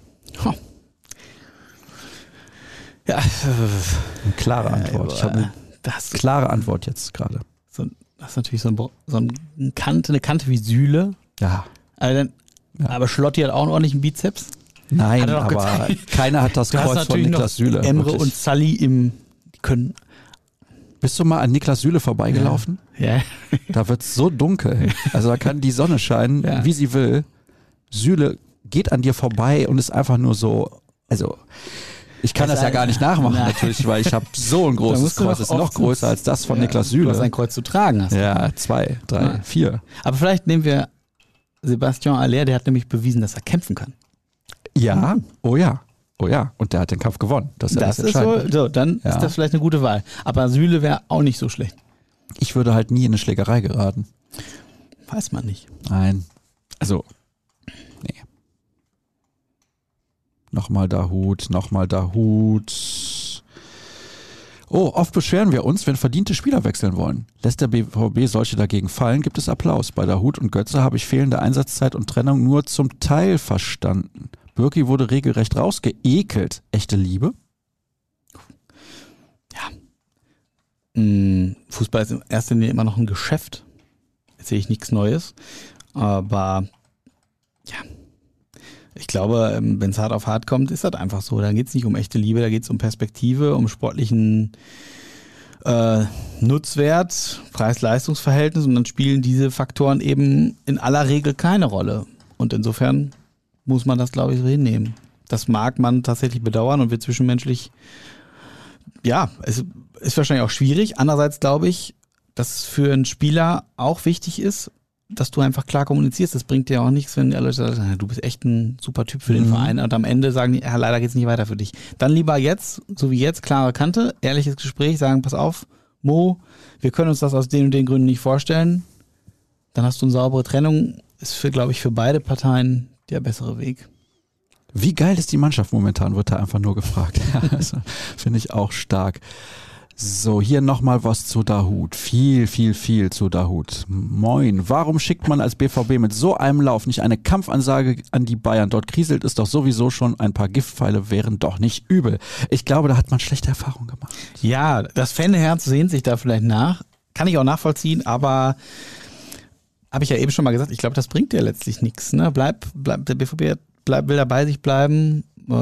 Ja. Eine klare Antwort. Ich habe eine klare Antwort jetzt gerade. Das ist natürlich eine Kante wie Süle. Ja. Aber Schlotti hat auch einen ordentlichen Bizeps. Nein, aber keiner hat das Kreuz von Niklas Süle. Emre wirklich. Und Salih können. Bist du mal an Niklas Süle vorbeigelaufen? Ja. Da wird es so dunkel. Also da kann die Sonne scheinen, wie sie will. Süle geht an dir vorbei und ist einfach nur so, also ich kann das ja gar nicht nachmachen natürlich, weil ich habe so ein großes Kreuz, das ist noch größer als das von Niklas Süle. Du hast ein Kreuz zu tragen. Hast du. Ja, 2, 3, 4. Aber vielleicht nehmen wir Sebastian Haller, der hat nämlich bewiesen, dass er kämpfen kann. Ja, oh ja. Und der hat den Kampf gewonnen. Das ist so, dann ist das vielleicht eine gute Wahl. Aber Süle wäre auch nicht so schlecht. Ich würde halt nie in eine Schlägerei geraten. Weiß man nicht. Nein. Also, nee. Nochmal da Hut. Oh, oft beschweren wir uns, wenn verdiente Spieler wechseln wollen. Lässt der BVB solche dagegen fallen, gibt es Applaus. Bei Dahut und Götze habe ich fehlende Einsatzzeit und Trennung nur zum Teil verstanden. Birki wurde regelrecht rausgeekelt. Echte Liebe? Ja. Fußball ist in erster Linie immer noch ein Geschäft. Jetzt sehe ich nichts Neues. Aber ja, ich glaube, wenn es hart auf hart kommt, ist das einfach so. Da geht es nicht um echte Liebe, da geht es um Perspektive, um sportlichen Nutzwert, Preis-Leistungs-Verhältnis und dann spielen diese Faktoren eben in aller Regel keine Rolle. Und insofern muss man das, glaube ich, so hinnehmen. Das mag man tatsächlich bedauern und wird zwischenmenschlich, ja, es ist wahrscheinlich auch schwierig. Andererseits glaube ich, dass es für einen Spieler auch wichtig ist, dass du einfach klar kommunizierst. Das bringt dir auch nichts, wenn die Leute sagen, du bist echt ein super Typ für den Verein und am Ende sagen die, ja, leider geht's nicht weiter für dich. Dann lieber jetzt, so wie jetzt, klare Kante, ehrliches Gespräch, sagen, pass auf, Mo, wir können uns das aus den und den Gründen nicht vorstellen. Dann hast du eine saubere Trennung. Ist, glaube ich, für beide Parteien der bessere Weg. Wie geil ist die Mannschaft momentan, wird da einfach nur gefragt. Also, finde ich auch stark. So, hier nochmal was zu Dahut. Viel zu Dahut. Moin. Warum schickt man als BVB mit so einem Lauf nicht eine Kampfansage an die Bayern? Dort kriselt es doch sowieso schon. Ein paar Giftpfeile wären doch nicht übel. Ich glaube, da hat man schlechte Erfahrungen gemacht. Ja, das Fanherz sehnt sich da vielleicht nach. Kann ich auch nachvollziehen, aber habe ich ja eben schon mal gesagt, ich glaube, das bringt dir letztlich nichts. Ne? Der BVB will da bei sich bleiben.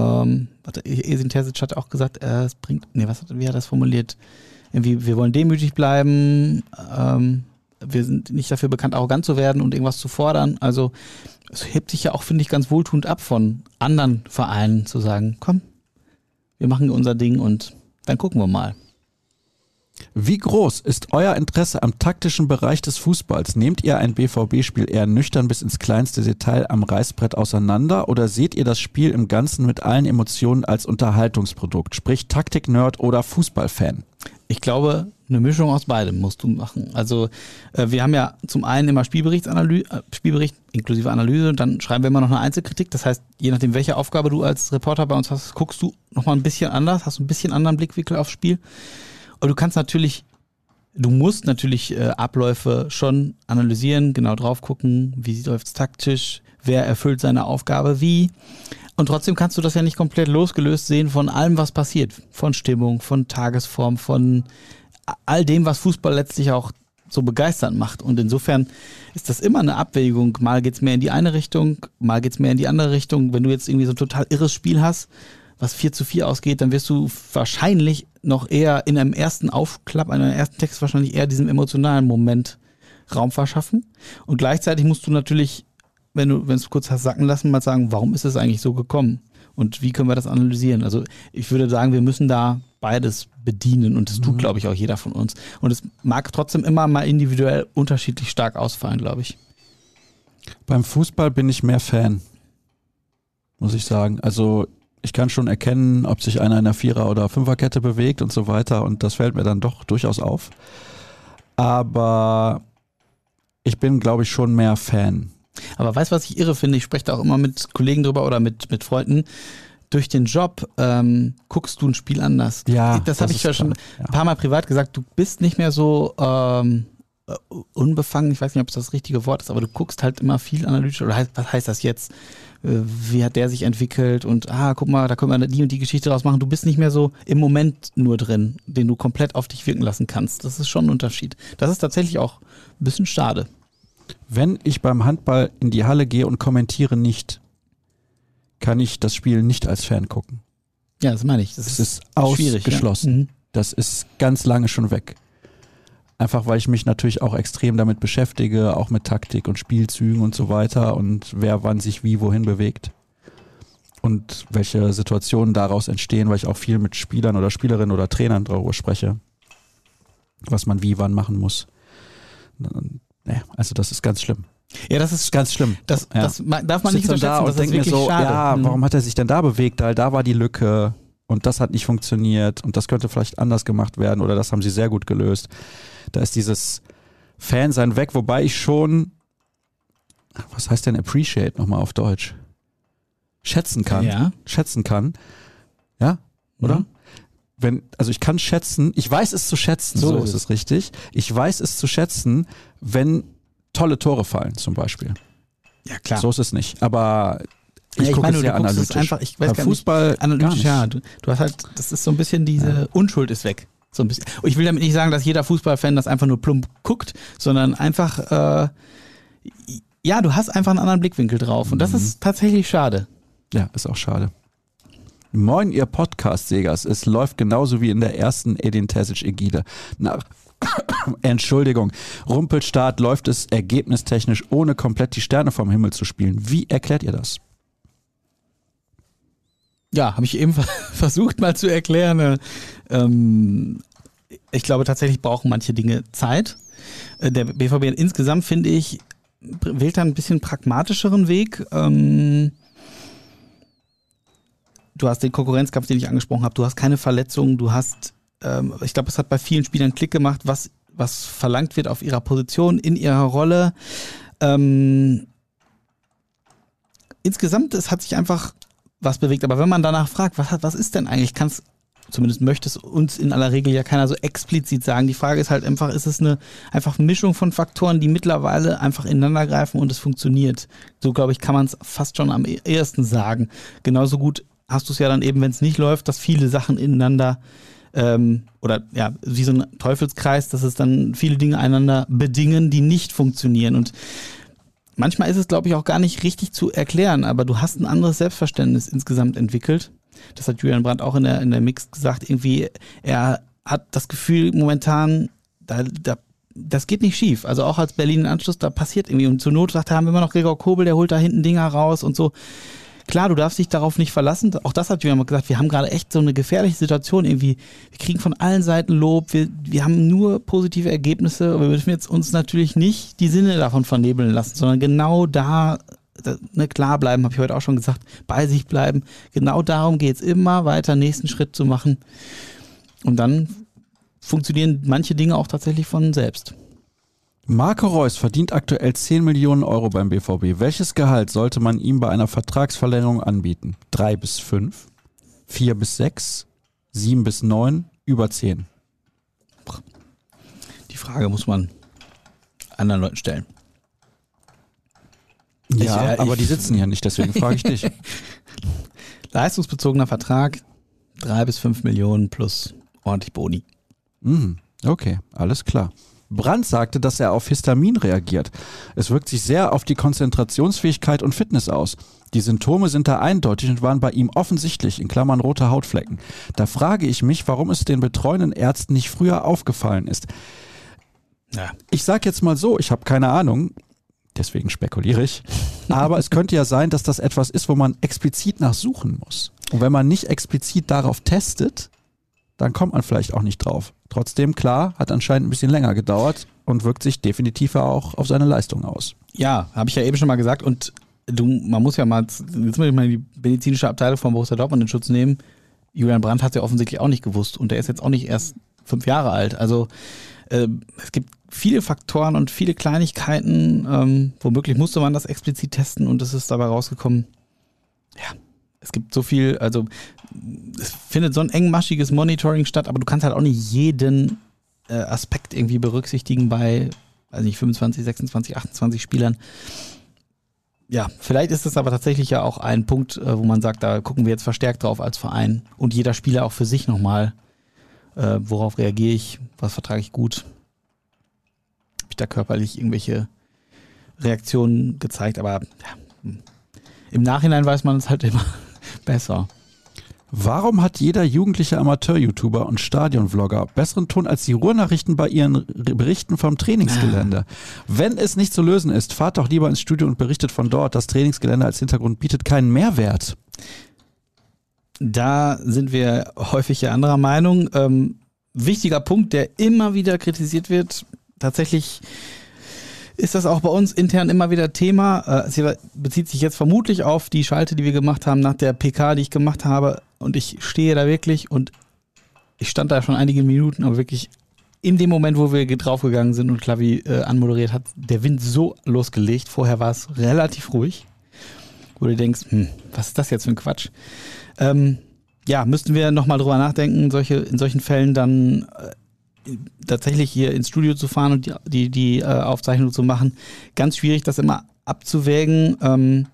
Edin Terzic hat auch gesagt, es bringt, wie hat er das formuliert? Irgendwie, wir wollen demütig bleiben, wir sind nicht dafür bekannt, arrogant zu werden und irgendwas zu fordern. Also es hebt sich ja auch, finde ich, ganz wohltuend ab von anderen Vereinen zu sagen, komm, wir machen unser Ding und dann gucken wir mal. Wie groß ist euer Interesse am taktischen Bereich des Fußballs? Nehmt ihr ein BVB-Spiel eher nüchtern bis ins kleinste Detail am Reißbrett auseinander oder seht ihr das Spiel im Ganzen mit allen Emotionen als Unterhaltungsprodukt, sprich Taktik-Nerd oder Fußballfan? Ich glaube, eine Mischung aus beidem musst du machen. Also wir haben ja zum einen immer Spielbericht inklusive Analyse und dann schreiben wir immer noch eine Einzelkritik. Das heißt, je nachdem, welche Aufgabe du als Reporter bei uns hast, guckst du nochmal ein bisschen anders, hast ein bisschen anderen Blickwinkel aufs Spiel. Aber du musst natürlich Abläufe schon analysieren, genau drauf gucken, wie läuft es taktisch, wer erfüllt seine Aufgabe wie. Und trotzdem kannst du das ja nicht komplett losgelöst sehen von allem, was passiert. Von Stimmung, von Tagesform, von all dem, was Fußball letztlich auch so begeisternd macht. Und insofern ist das immer eine Abwägung. Mal geht's mehr in die eine Richtung, mal geht's mehr in die andere Richtung. Wenn du jetzt irgendwie so ein total irres Spiel hast, was 4-4 ausgeht, dann wirst du wahrscheinlich noch eher in einem ersten Aufklapp, in einem ersten Text wahrscheinlich eher diesem emotionalen Moment Raum verschaffen. Und gleichzeitig musst du natürlich, wenn du es kurz hast sacken lassen, mal sagen, warum ist es eigentlich so gekommen? Und wie können wir das analysieren? Also ich würde sagen, wir müssen da beides bedienen und das tut, glaube ich, auch jeder von uns. Und es mag trotzdem immer mal individuell unterschiedlich stark ausfallen, glaube ich. Beim Fußball bin ich mehr Fan, muss ich sagen. Also ich kann schon erkennen, ob sich einer in einer Vierer- oder Fünferkette bewegt und so weiter und das fällt mir dann doch durchaus auf. Aber ich bin, glaube ich, schon mehr Fan. Aber weißt du, was ich irre finde? Ich spreche da auch immer mit Kollegen drüber oder mit Freunden. Durch den Job guckst du ein Spiel anders. Ja, das habe ich ja schon ein paar Mal privat gesagt. Du bist nicht mehr so unbefangen, ich weiß nicht, ob es das richtige Wort ist, aber du guckst halt immer viel analytisch, oder was heißt das jetzt? Wie hat der sich entwickelt und guck mal, da können wir die und die Geschichte draus machen. Du bist nicht mehr so im Moment nur drin, den du komplett auf dich wirken lassen kannst. Das ist schon ein Unterschied. Das ist tatsächlich auch ein bisschen schade. Wenn ich beim Handball in die Halle gehe und kommentiere nicht, kann ich das Spiel nicht als Fan gucken. Ja, das meine ich. Das ist ausgeschlossen. Ja. Das ist ganz lange schon weg. Einfach weil ich mich natürlich auch extrem damit beschäftige, auch mit Taktik und Spielzügen und so weiter und wer wann sich wie wohin bewegt und welche Situationen daraus entstehen, weil ich auch viel mit Spielern oder Spielerinnen oder Trainern darüber spreche, was man wie wann machen muss. Also das ist ganz schlimm. Ja, das ist ganz schlimm. Das darf man nicht unterschätzen. Das ist wirklich so, schade. Warum hat er sich denn da bewegt? Weil da war die Lücke und das hat nicht funktioniert und das könnte vielleicht anders gemacht werden oder das haben sie sehr gut gelöst. Da ist dieses Fansein weg, wobei ich schon, was heißt denn appreciate nochmal auf Deutsch? Schätzen kann. Ja. Schätzen kann. Ja, oder? Mhm. Also ich kann schätzen, ich weiß es zu schätzen, so ist es richtig. Ich weiß es zu schätzen, wenn tolle Tore fallen zum Beispiel. Ja, klar. So ist es nicht, aber ich gucke es sehr analytisch. Einfach, ich weiß gar Fußball nicht, analytisch, ja. Du hast halt, das ist so ein bisschen diese Unschuld ist weg. So ein bisschen. Und ich will damit nicht sagen, dass jeder Fußballfan das einfach nur plump guckt, sondern einfach, du hast einfach einen anderen Blickwinkel drauf. Und das ist tatsächlich schade. Ja, ist auch schade. Moin, ihr Podcast-Segers. Es läuft genauso wie in der ersten Edin Terzic-Ägide. Entschuldigung. Rumpelstart läuft es ergebnistechnisch, ohne komplett die Sterne vom Himmel zu spielen. Wie erklärt ihr das? Ja, habe ich eben versucht mal zu erklären. Ich glaube, tatsächlich brauchen manche Dinge Zeit. Der BVB insgesamt, finde ich, wählt da ein bisschen pragmatischeren Weg. Du hast den Konkurrenzkampf, den ich angesprochen habe. Du hast keine Verletzungen. Du hast, ich glaube, es hat bei vielen Spielern Klick gemacht, was verlangt wird auf ihrer Position, in ihrer Rolle. Insgesamt, es hat sich einfach was bewegt. Aber wenn man danach fragt, was ist denn eigentlich, zumindest möchte es uns in aller Regel ja keiner so explizit sagen. Die Frage ist halt einfach, ist es einfach eine Mischung von Faktoren, die mittlerweile einfach ineinander greifen und es funktioniert. So, glaube ich, kann man es fast schon am ehesten sagen. Genauso gut hast du es ja dann eben, wenn es nicht läuft, dass viele Sachen ineinander wie so ein Teufelskreis, dass es dann viele Dinge einander bedingen, die nicht funktionieren. Und manchmal ist es, glaube ich, auch gar nicht richtig zu erklären, aber du hast ein anderes Selbstverständnis insgesamt entwickelt. Das hat Julian Brandt auch in der Mix gesagt. Irgendwie, er hat das Gefühl momentan, das geht nicht schief. Also auch als Berlin-Anschluss, da passiert irgendwie. Und zur Not sagt er, haben wir immer noch Gregor Kobel, der holt da hinten Dinger raus und so. Klar, du darfst dich darauf nicht verlassen. Auch das hat Julian mal gesagt. Wir haben gerade echt so eine gefährliche Situation irgendwie. Wir kriegen von allen Seiten Lob. Wir haben nur positive Ergebnisse. Aber wir dürfen jetzt uns natürlich nicht die Sinne davon vernebeln lassen, sondern genau da klar bleiben, habe ich heute auch schon gesagt, bei sich bleiben. Genau darum geht es, immer weiter nächsten Schritt zu machen. Und dann funktionieren manche Dinge auch tatsächlich von selbst. Marco Reus verdient aktuell 10 Millionen Euro beim BVB. Welches Gehalt sollte man ihm bei einer Vertragsverlängerung anbieten? 3 bis 5, 4 bis 6, 7 bis 9, über 10? Die Frage muss man anderen Leuten stellen. Ja, aber die sitzen hier nicht, deswegen frage ich dich. Leistungsbezogener Vertrag, 3 bis 5 Millionen plus ordentlich Boni. Okay, alles klar. Brandt sagte, dass er auf Histamin reagiert. Es wirkt sich sehr auf die Konzentrationsfähigkeit und Fitness aus. Die Symptome sind da eindeutig und waren bei ihm offensichtlich, in Klammern rote Hautflecken. Da frage ich mich, warum es den betreuenden Ärzten nicht früher aufgefallen ist. Ja. Ich sage jetzt mal so, ich habe keine Ahnung, deswegen spekuliere ich, aber es könnte ja sein, dass das etwas ist, wo man explizit nachsuchen muss. Und wenn man nicht explizit darauf testet, dann kommt man vielleicht auch nicht drauf. Trotzdem, klar, hat anscheinend ein bisschen länger gedauert und wirkt sich definitiv auch auf seine Leistung aus. Ja, habe ich ja eben schon mal gesagt. Und man muss ja mal, jetzt muss ich mal die medizinische Abteilung von Borussia Dortmund in Schutz nehmen. Julian Brandt hat es ja offensichtlich auch nicht gewusst und der ist jetzt auch nicht erst 5 Jahre alt. Also es gibt viele Faktoren und viele Kleinigkeiten. Womöglich musste man das explizit testen und es ist dabei rausgekommen. Ja. Es gibt so viel, also es findet so ein engmaschiges Monitoring statt, aber du kannst halt auch nicht jeden Aspekt irgendwie berücksichtigen bei weiß nicht, 25, 26, 28 Spielern. Ja, vielleicht ist es aber tatsächlich ja auch ein Punkt, wo man sagt, da gucken wir jetzt verstärkt drauf als Verein und jeder Spieler auch für sich nochmal, worauf reagiere ich, was vertrage ich gut. Habe ich da körperlich irgendwelche Reaktionen gezeigt, aber ja, im Nachhinein weiß man es halt immer besser. Warum hat jeder jugendliche Amateur-YouTuber und Stadion-Vlogger besseren Ton als die Ruhrnachrichten bei ihren Berichten vom Trainingsgelände? Wenn es nicht zu lösen ist, fahrt doch lieber ins Studio und berichtet von dort. Das Trainingsgelände als Hintergrund bietet keinen Mehrwert. Da sind wir häufig ja anderer Meinung. Wichtiger Punkt, der immer wieder kritisiert wird, tatsächlich ist das auch bei uns intern immer wieder Thema. Es bezieht sich jetzt vermutlich auf die Schalte, die wir gemacht haben nach der PK, die ich gemacht habe. Und ich stehe da wirklich und ich stand da schon einige Minuten, aber wirklich in dem Moment, wo wir draufgegangen sind und Klavi anmoderiert hat, der Wind so losgelegt. Vorher war es relativ ruhig, wo du denkst, was ist das jetzt für ein Quatsch? Ja, müssten wir nochmal drüber nachdenken, in solchen Fällen dann tatsächlich hier ins Studio zu fahren und die Aufzeichnung zu machen. Ganz schwierig, das immer abzuwägen.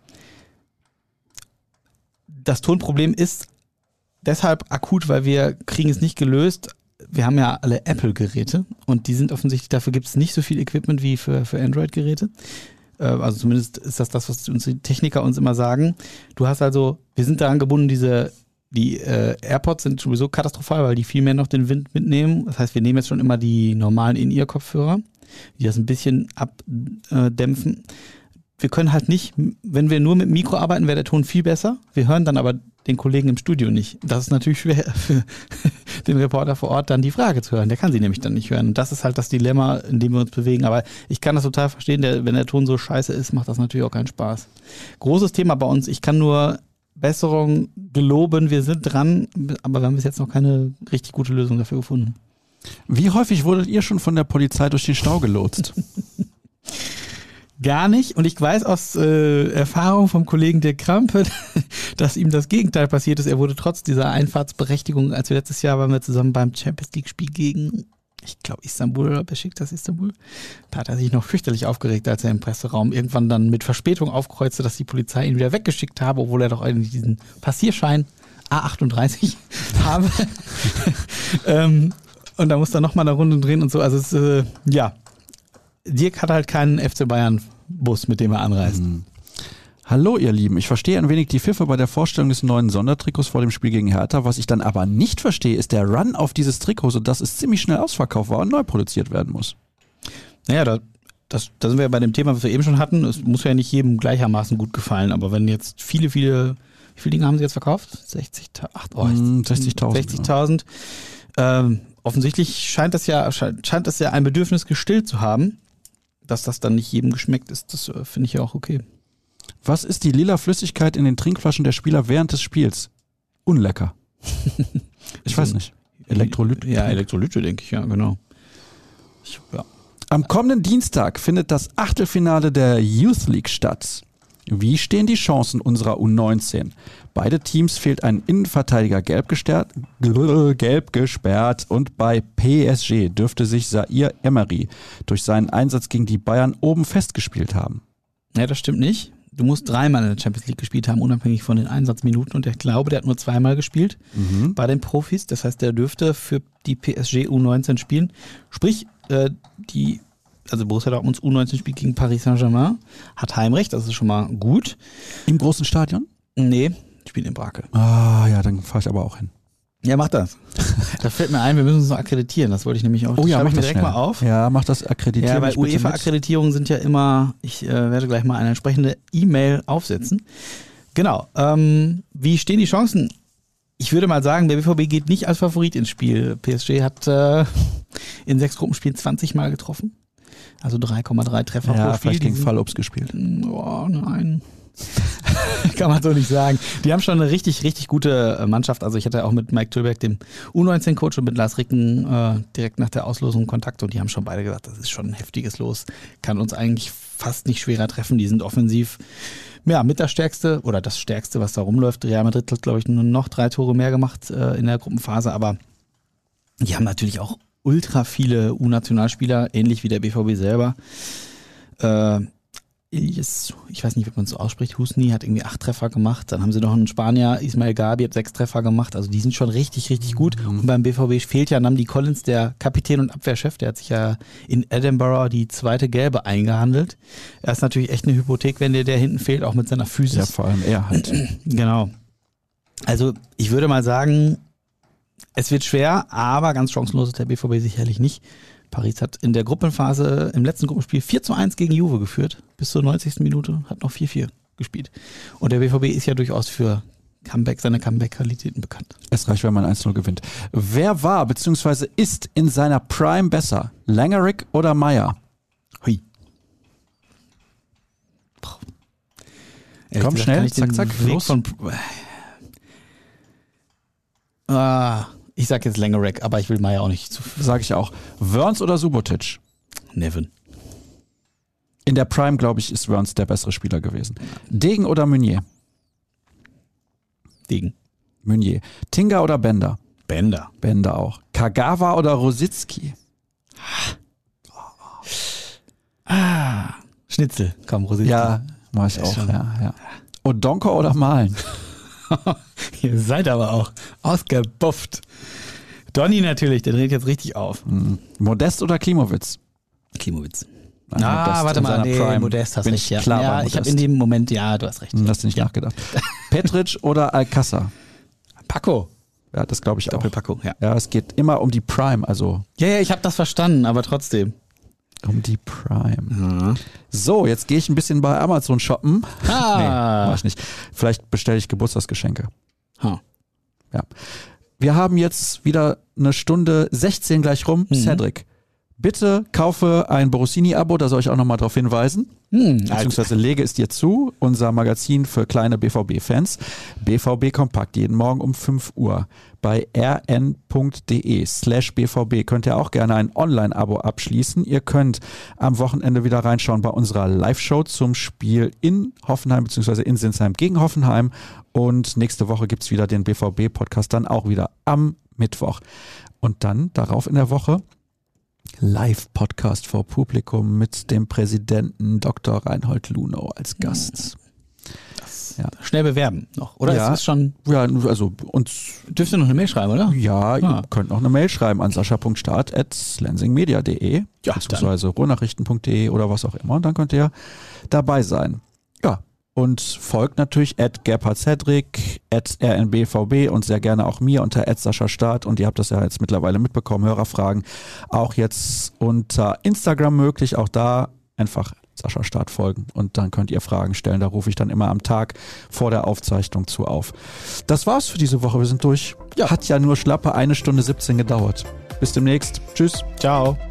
Das Tonproblem ist deshalb akut, weil wir kriegen es nicht gelöst. Wir haben ja alle Apple-Geräte und die sind offensichtlich, dafür gibt es nicht so viel Equipment wie für Android-Geräte. Also zumindest ist das, was uns die Techniker uns immer sagen. Wir sind daran gebunden, die AirPods sind sowieso katastrophal, weil die viel mehr noch den Wind mitnehmen. Das heißt, wir nehmen jetzt schon immer die normalen In-Ear-Kopfhörer, die das ein bisschen abdämpfen. Wir können halt nicht, wenn wir nur mit Mikro arbeiten, wäre der Ton viel besser. Wir hören dann aber den Kollegen im Studio nicht. Das ist natürlich schwer für den Reporter vor Ort, dann die Frage zu hören. Der kann sie nämlich dann nicht hören. Und das ist halt das Dilemma, in dem wir uns bewegen. Aber ich kann das total verstehen, wenn der Ton so scheiße ist, macht das natürlich auch keinen Spaß. Großes Thema bei uns. Ich kann nur Besserung geloben. Wir sind dran, aber wir haben bis jetzt noch keine richtig gute Lösung dafür gefunden. Wie häufig wurdet ihr schon von der Polizei durch den Stau gelotst? Gar nicht. Und ich weiß aus Erfahrung vom Kollegen Dirk Krampe, dass ihm das Gegenteil passiert ist. Er wurde trotz dieser Einfahrtsberechtigung, als wir letztes Jahr waren wir zusammen beim Champions League-Spiel gegen, ich glaube Istanbul oder Besiktas Istanbul, da hat er sich noch fürchterlich aufgeregt, als er im Presseraum irgendwann dann mit Verspätung aufkreuzte, dass die Polizei ihn wieder weggeschickt habe, obwohl er doch eigentlich diesen Passierschein A38 habe. Und da muss er nochmal eine Runde drehen und so. Also es ja. Dirk hat halt keinen FC Bayern-Bus, mit dem er anreist. Hallo ihr Lieben, ich verstehe ein wenig die Pfiffe bei der Vorstellung des neuen Sondertrikots vor dem Spiel gegen Hertha. Was ich dann aber nicht verstehe, ist der Run auf dieses Trikot, sodass es ziemlich schnell ausverkauft war und neu produziert werden muss. Naja, da sind wir ja bei dem Thema, was wir eben schon hatten. Es muss ja nicht jedem gleichermaßen gut gefallen, aber wenn jetzt viele, wie viele Dinge haben sie jetzt verkauft? 60.000. Offensichtlich scheint das ja ein Bedürfnis gestillt zu haben. Dass das dann nicht jedem geschmeckt ist, das finde ich ja auch okay. Was ist die lila Flüssigkeit in den Trinkflaschen der Spieler während des Spiels? Unlecker. Ich weiß nicht. Elektrolyte? Ja, Elektrolyte, denke ich, ja, genau. Am kommenden Dienstag findet das Achtelfinale der Youth League statt. Wie stehen die Chancen unserer U19? Beide Teams fehlt ein Innenverteidiger gelb gesperrt und bei PSG dürfte sich Zaire Emery durch seinen Einsatz gegen die Bayern oben festgespielt haben. Ja, das stimmt nicht. Du musst dreimal in der Champions League gespielt haben, unabhängig von den Einsatzminuten. Und ich glaube, der hat nur zweimal gespielt bei den Profis. Das heißt, der dürfte für die PSG U19 spielen. Sprich, Borussia Dortmunds U19 spielt gegen Paris Saint-Germain, hat Heimrecht, das ist schon mal gut. Im großen Stadion? Nee, spielt in Brakel. Ah ja, dann fahre ich aber auch hin. Ja, mach das. Da fällt mir ein, wir müssen uns noch akkreditieren. Das wollte ich nämlich auch. Oh ja, mach ich mir das direkt schnell. mal auf. Ja, mach das akkreditieren. Ja, weil UEFA-Akkreditierungen sind ja immer, ich werde gleich mal eine entsprechende E-Mail aufsetzen. Genau. Wie stehen die Chancen? Ich würde mal sagen, der BVB geht nicht als Favorit ins Spiel. PSG hat in 6 Gruppenspielen 20 Mal getroffen. Also 3,3 Treffer pro Spiel. Vielleicht gegen Fallobst gespielt. Oh nein. Kann man so nicht sagen. Die haben schon eine richtig, richtig gute Mannschaft. Also ich hatte auch mit Mike Tüllberg, dem U19-Coach, und mit Lars Ricken direkt nach der Auslosung Kontakt, und die haben schon beide gesagt, das ist schon ein heftiges Los. Kann uns eigentlich fast nicht schwerer treffen. Die sind offensiv mit das Stärkste, was da rumläuft. Real Madrid hat, glaube ich, nur noch 3 Tore mehr gemacht in der Gruppenphase, aber die haben natürlich auch ultra viele U-Nationalspieler, ähnlich wie der BVB selber. Ich weiß nicht, wie man es so ausspricht, Husni hat irgendwie 8 Treffer gemacht, dann haben sie noch einen Spanier, Ismail Gabi hat 6 Treffer gemacht, also die sind schon richtig, richtig gut. Und beim BVB fehlt ja Namdi Collins, der Kapitän und Abwehrchef, der hat sich ja in Edinburgh die 2. Gelbe eingehandelt. Er ist natürlich echt eine Hypothek, wenn der hinten fehlt, auch mit seiner Physis. Ja, vor allem er halt. Genau. Also ich würde mal sagen, es wird schwer, aber ganz chancenlos ist der BVB sicherlich nicht. Paris hat in der Gruppenphase im letzten Gruppenspiel 4:1 gegen Juve geführt, bis zur 90. Minute, hat noch 4:4 gespielt. Und der BVB ist ja durchaus für seine Comeback-Qualitäten bekannt. Es reicht, wenn man 1-0 gewinnt. Wer war bzw. ist in seiner Prime besser? Langerick oder Meyer? Hui. Komm schnell, zack, zack, los. Ich sag jetzt Langerick, aber ich will Meyer auch nicht zu viel. Sag ich auch. Wörns oder Subotic? Nevin. In der Prime, glaube ich, ist Wörns der bessere Spieler gewesen. Degen oder Meunier? Degen. Meunier. Tinga oder Bender? Bender. Bender auch. Kagawa oder Rositzky? Schnitzel. Komm, Rositzky. Ja, mach ich auch. Ja. Odonko oder Malen? Ihr seid aber auch ausgebufft. Donny natürlich, der dreht jetzt richtig auf. Modest oder Klimowitz? Klimowitz. Nein, warte mal, Modest hast recht. Ja, klar, ja ich habe in dem Moment, du hast recht. Hast du nicht nachgedacht. Petric oder Alcázar? Paco. Ja, das glaube ich auch. Doppel-Paco, ja. Ja, es geht immer um die Prime, also. Ja, ich habe das verstanden, aber trotzdem. Um die Prime. So, jetzt gehe ich ein bisschen bei Amazon shoppen. Nee, mach ich nicht. Vielleicht bestelle ich Geburtstagsgeschenke. Ja. Wir haben jetzt wieder eine Stunde 16 gleich rum. Cedric, bitte kaufe ein Borussini-Abo, da soll ich auch nochmal drauf hinweisen. Beziehungsweise lege es dir zu, unser Magazin für kleine BVB-Fans. BVB Kompakt, jeden Morgen um 5 Uhr. Bei rn.de/BVB könnt ihr auch gerne ein Online-Abo abschließen. Ihr könnt am Wochenende wieder reinschauen bei unserer Live-Show zum Spiel in Hoffenheim bzw. in Sinsheim gegen Hoffenheim. Und nächste Woche gibt es wieder den BVB-Podcast, dann auch wieder am Mittwoch. Und dann darauf in der Woche Live-Podcast vor Publikum mit dem Präsidenten Dr. Reinhold Lunow als Gast. Schnell bewerben noch, oder? Ja, ist das schon? Ja, also uns. Dürft ihr noch eine Mail schreiben, oder? Ja, ihr könnt noch eine Mail schreiben an sascha.start@lansingmedia.de beziehungsweise ruhrnachrichten.de oder was auch immer. Und dann könnt ihr dabei sein. Ja. Und folgt natürlich @GerhardCedric, @rnbvb und sehr gerne auch mir unter @SaschaStart. Und ihr habt das ja jetzt mittlerweile mitbekommen, Hörerfragen auch jetzt unter Instagram möglich. Auch da einfach Sascha Start folgen und dann könnt ihr Fragen stellen. Da rufe ich dann immer am Tag vor der Aufzeichnung zu auf. Das war's für diese Woche. Wir sind durch. Hat ja nur schlappe 1 Stunde 17 gedauert. Bis demnächst. Tschüss. Ciao.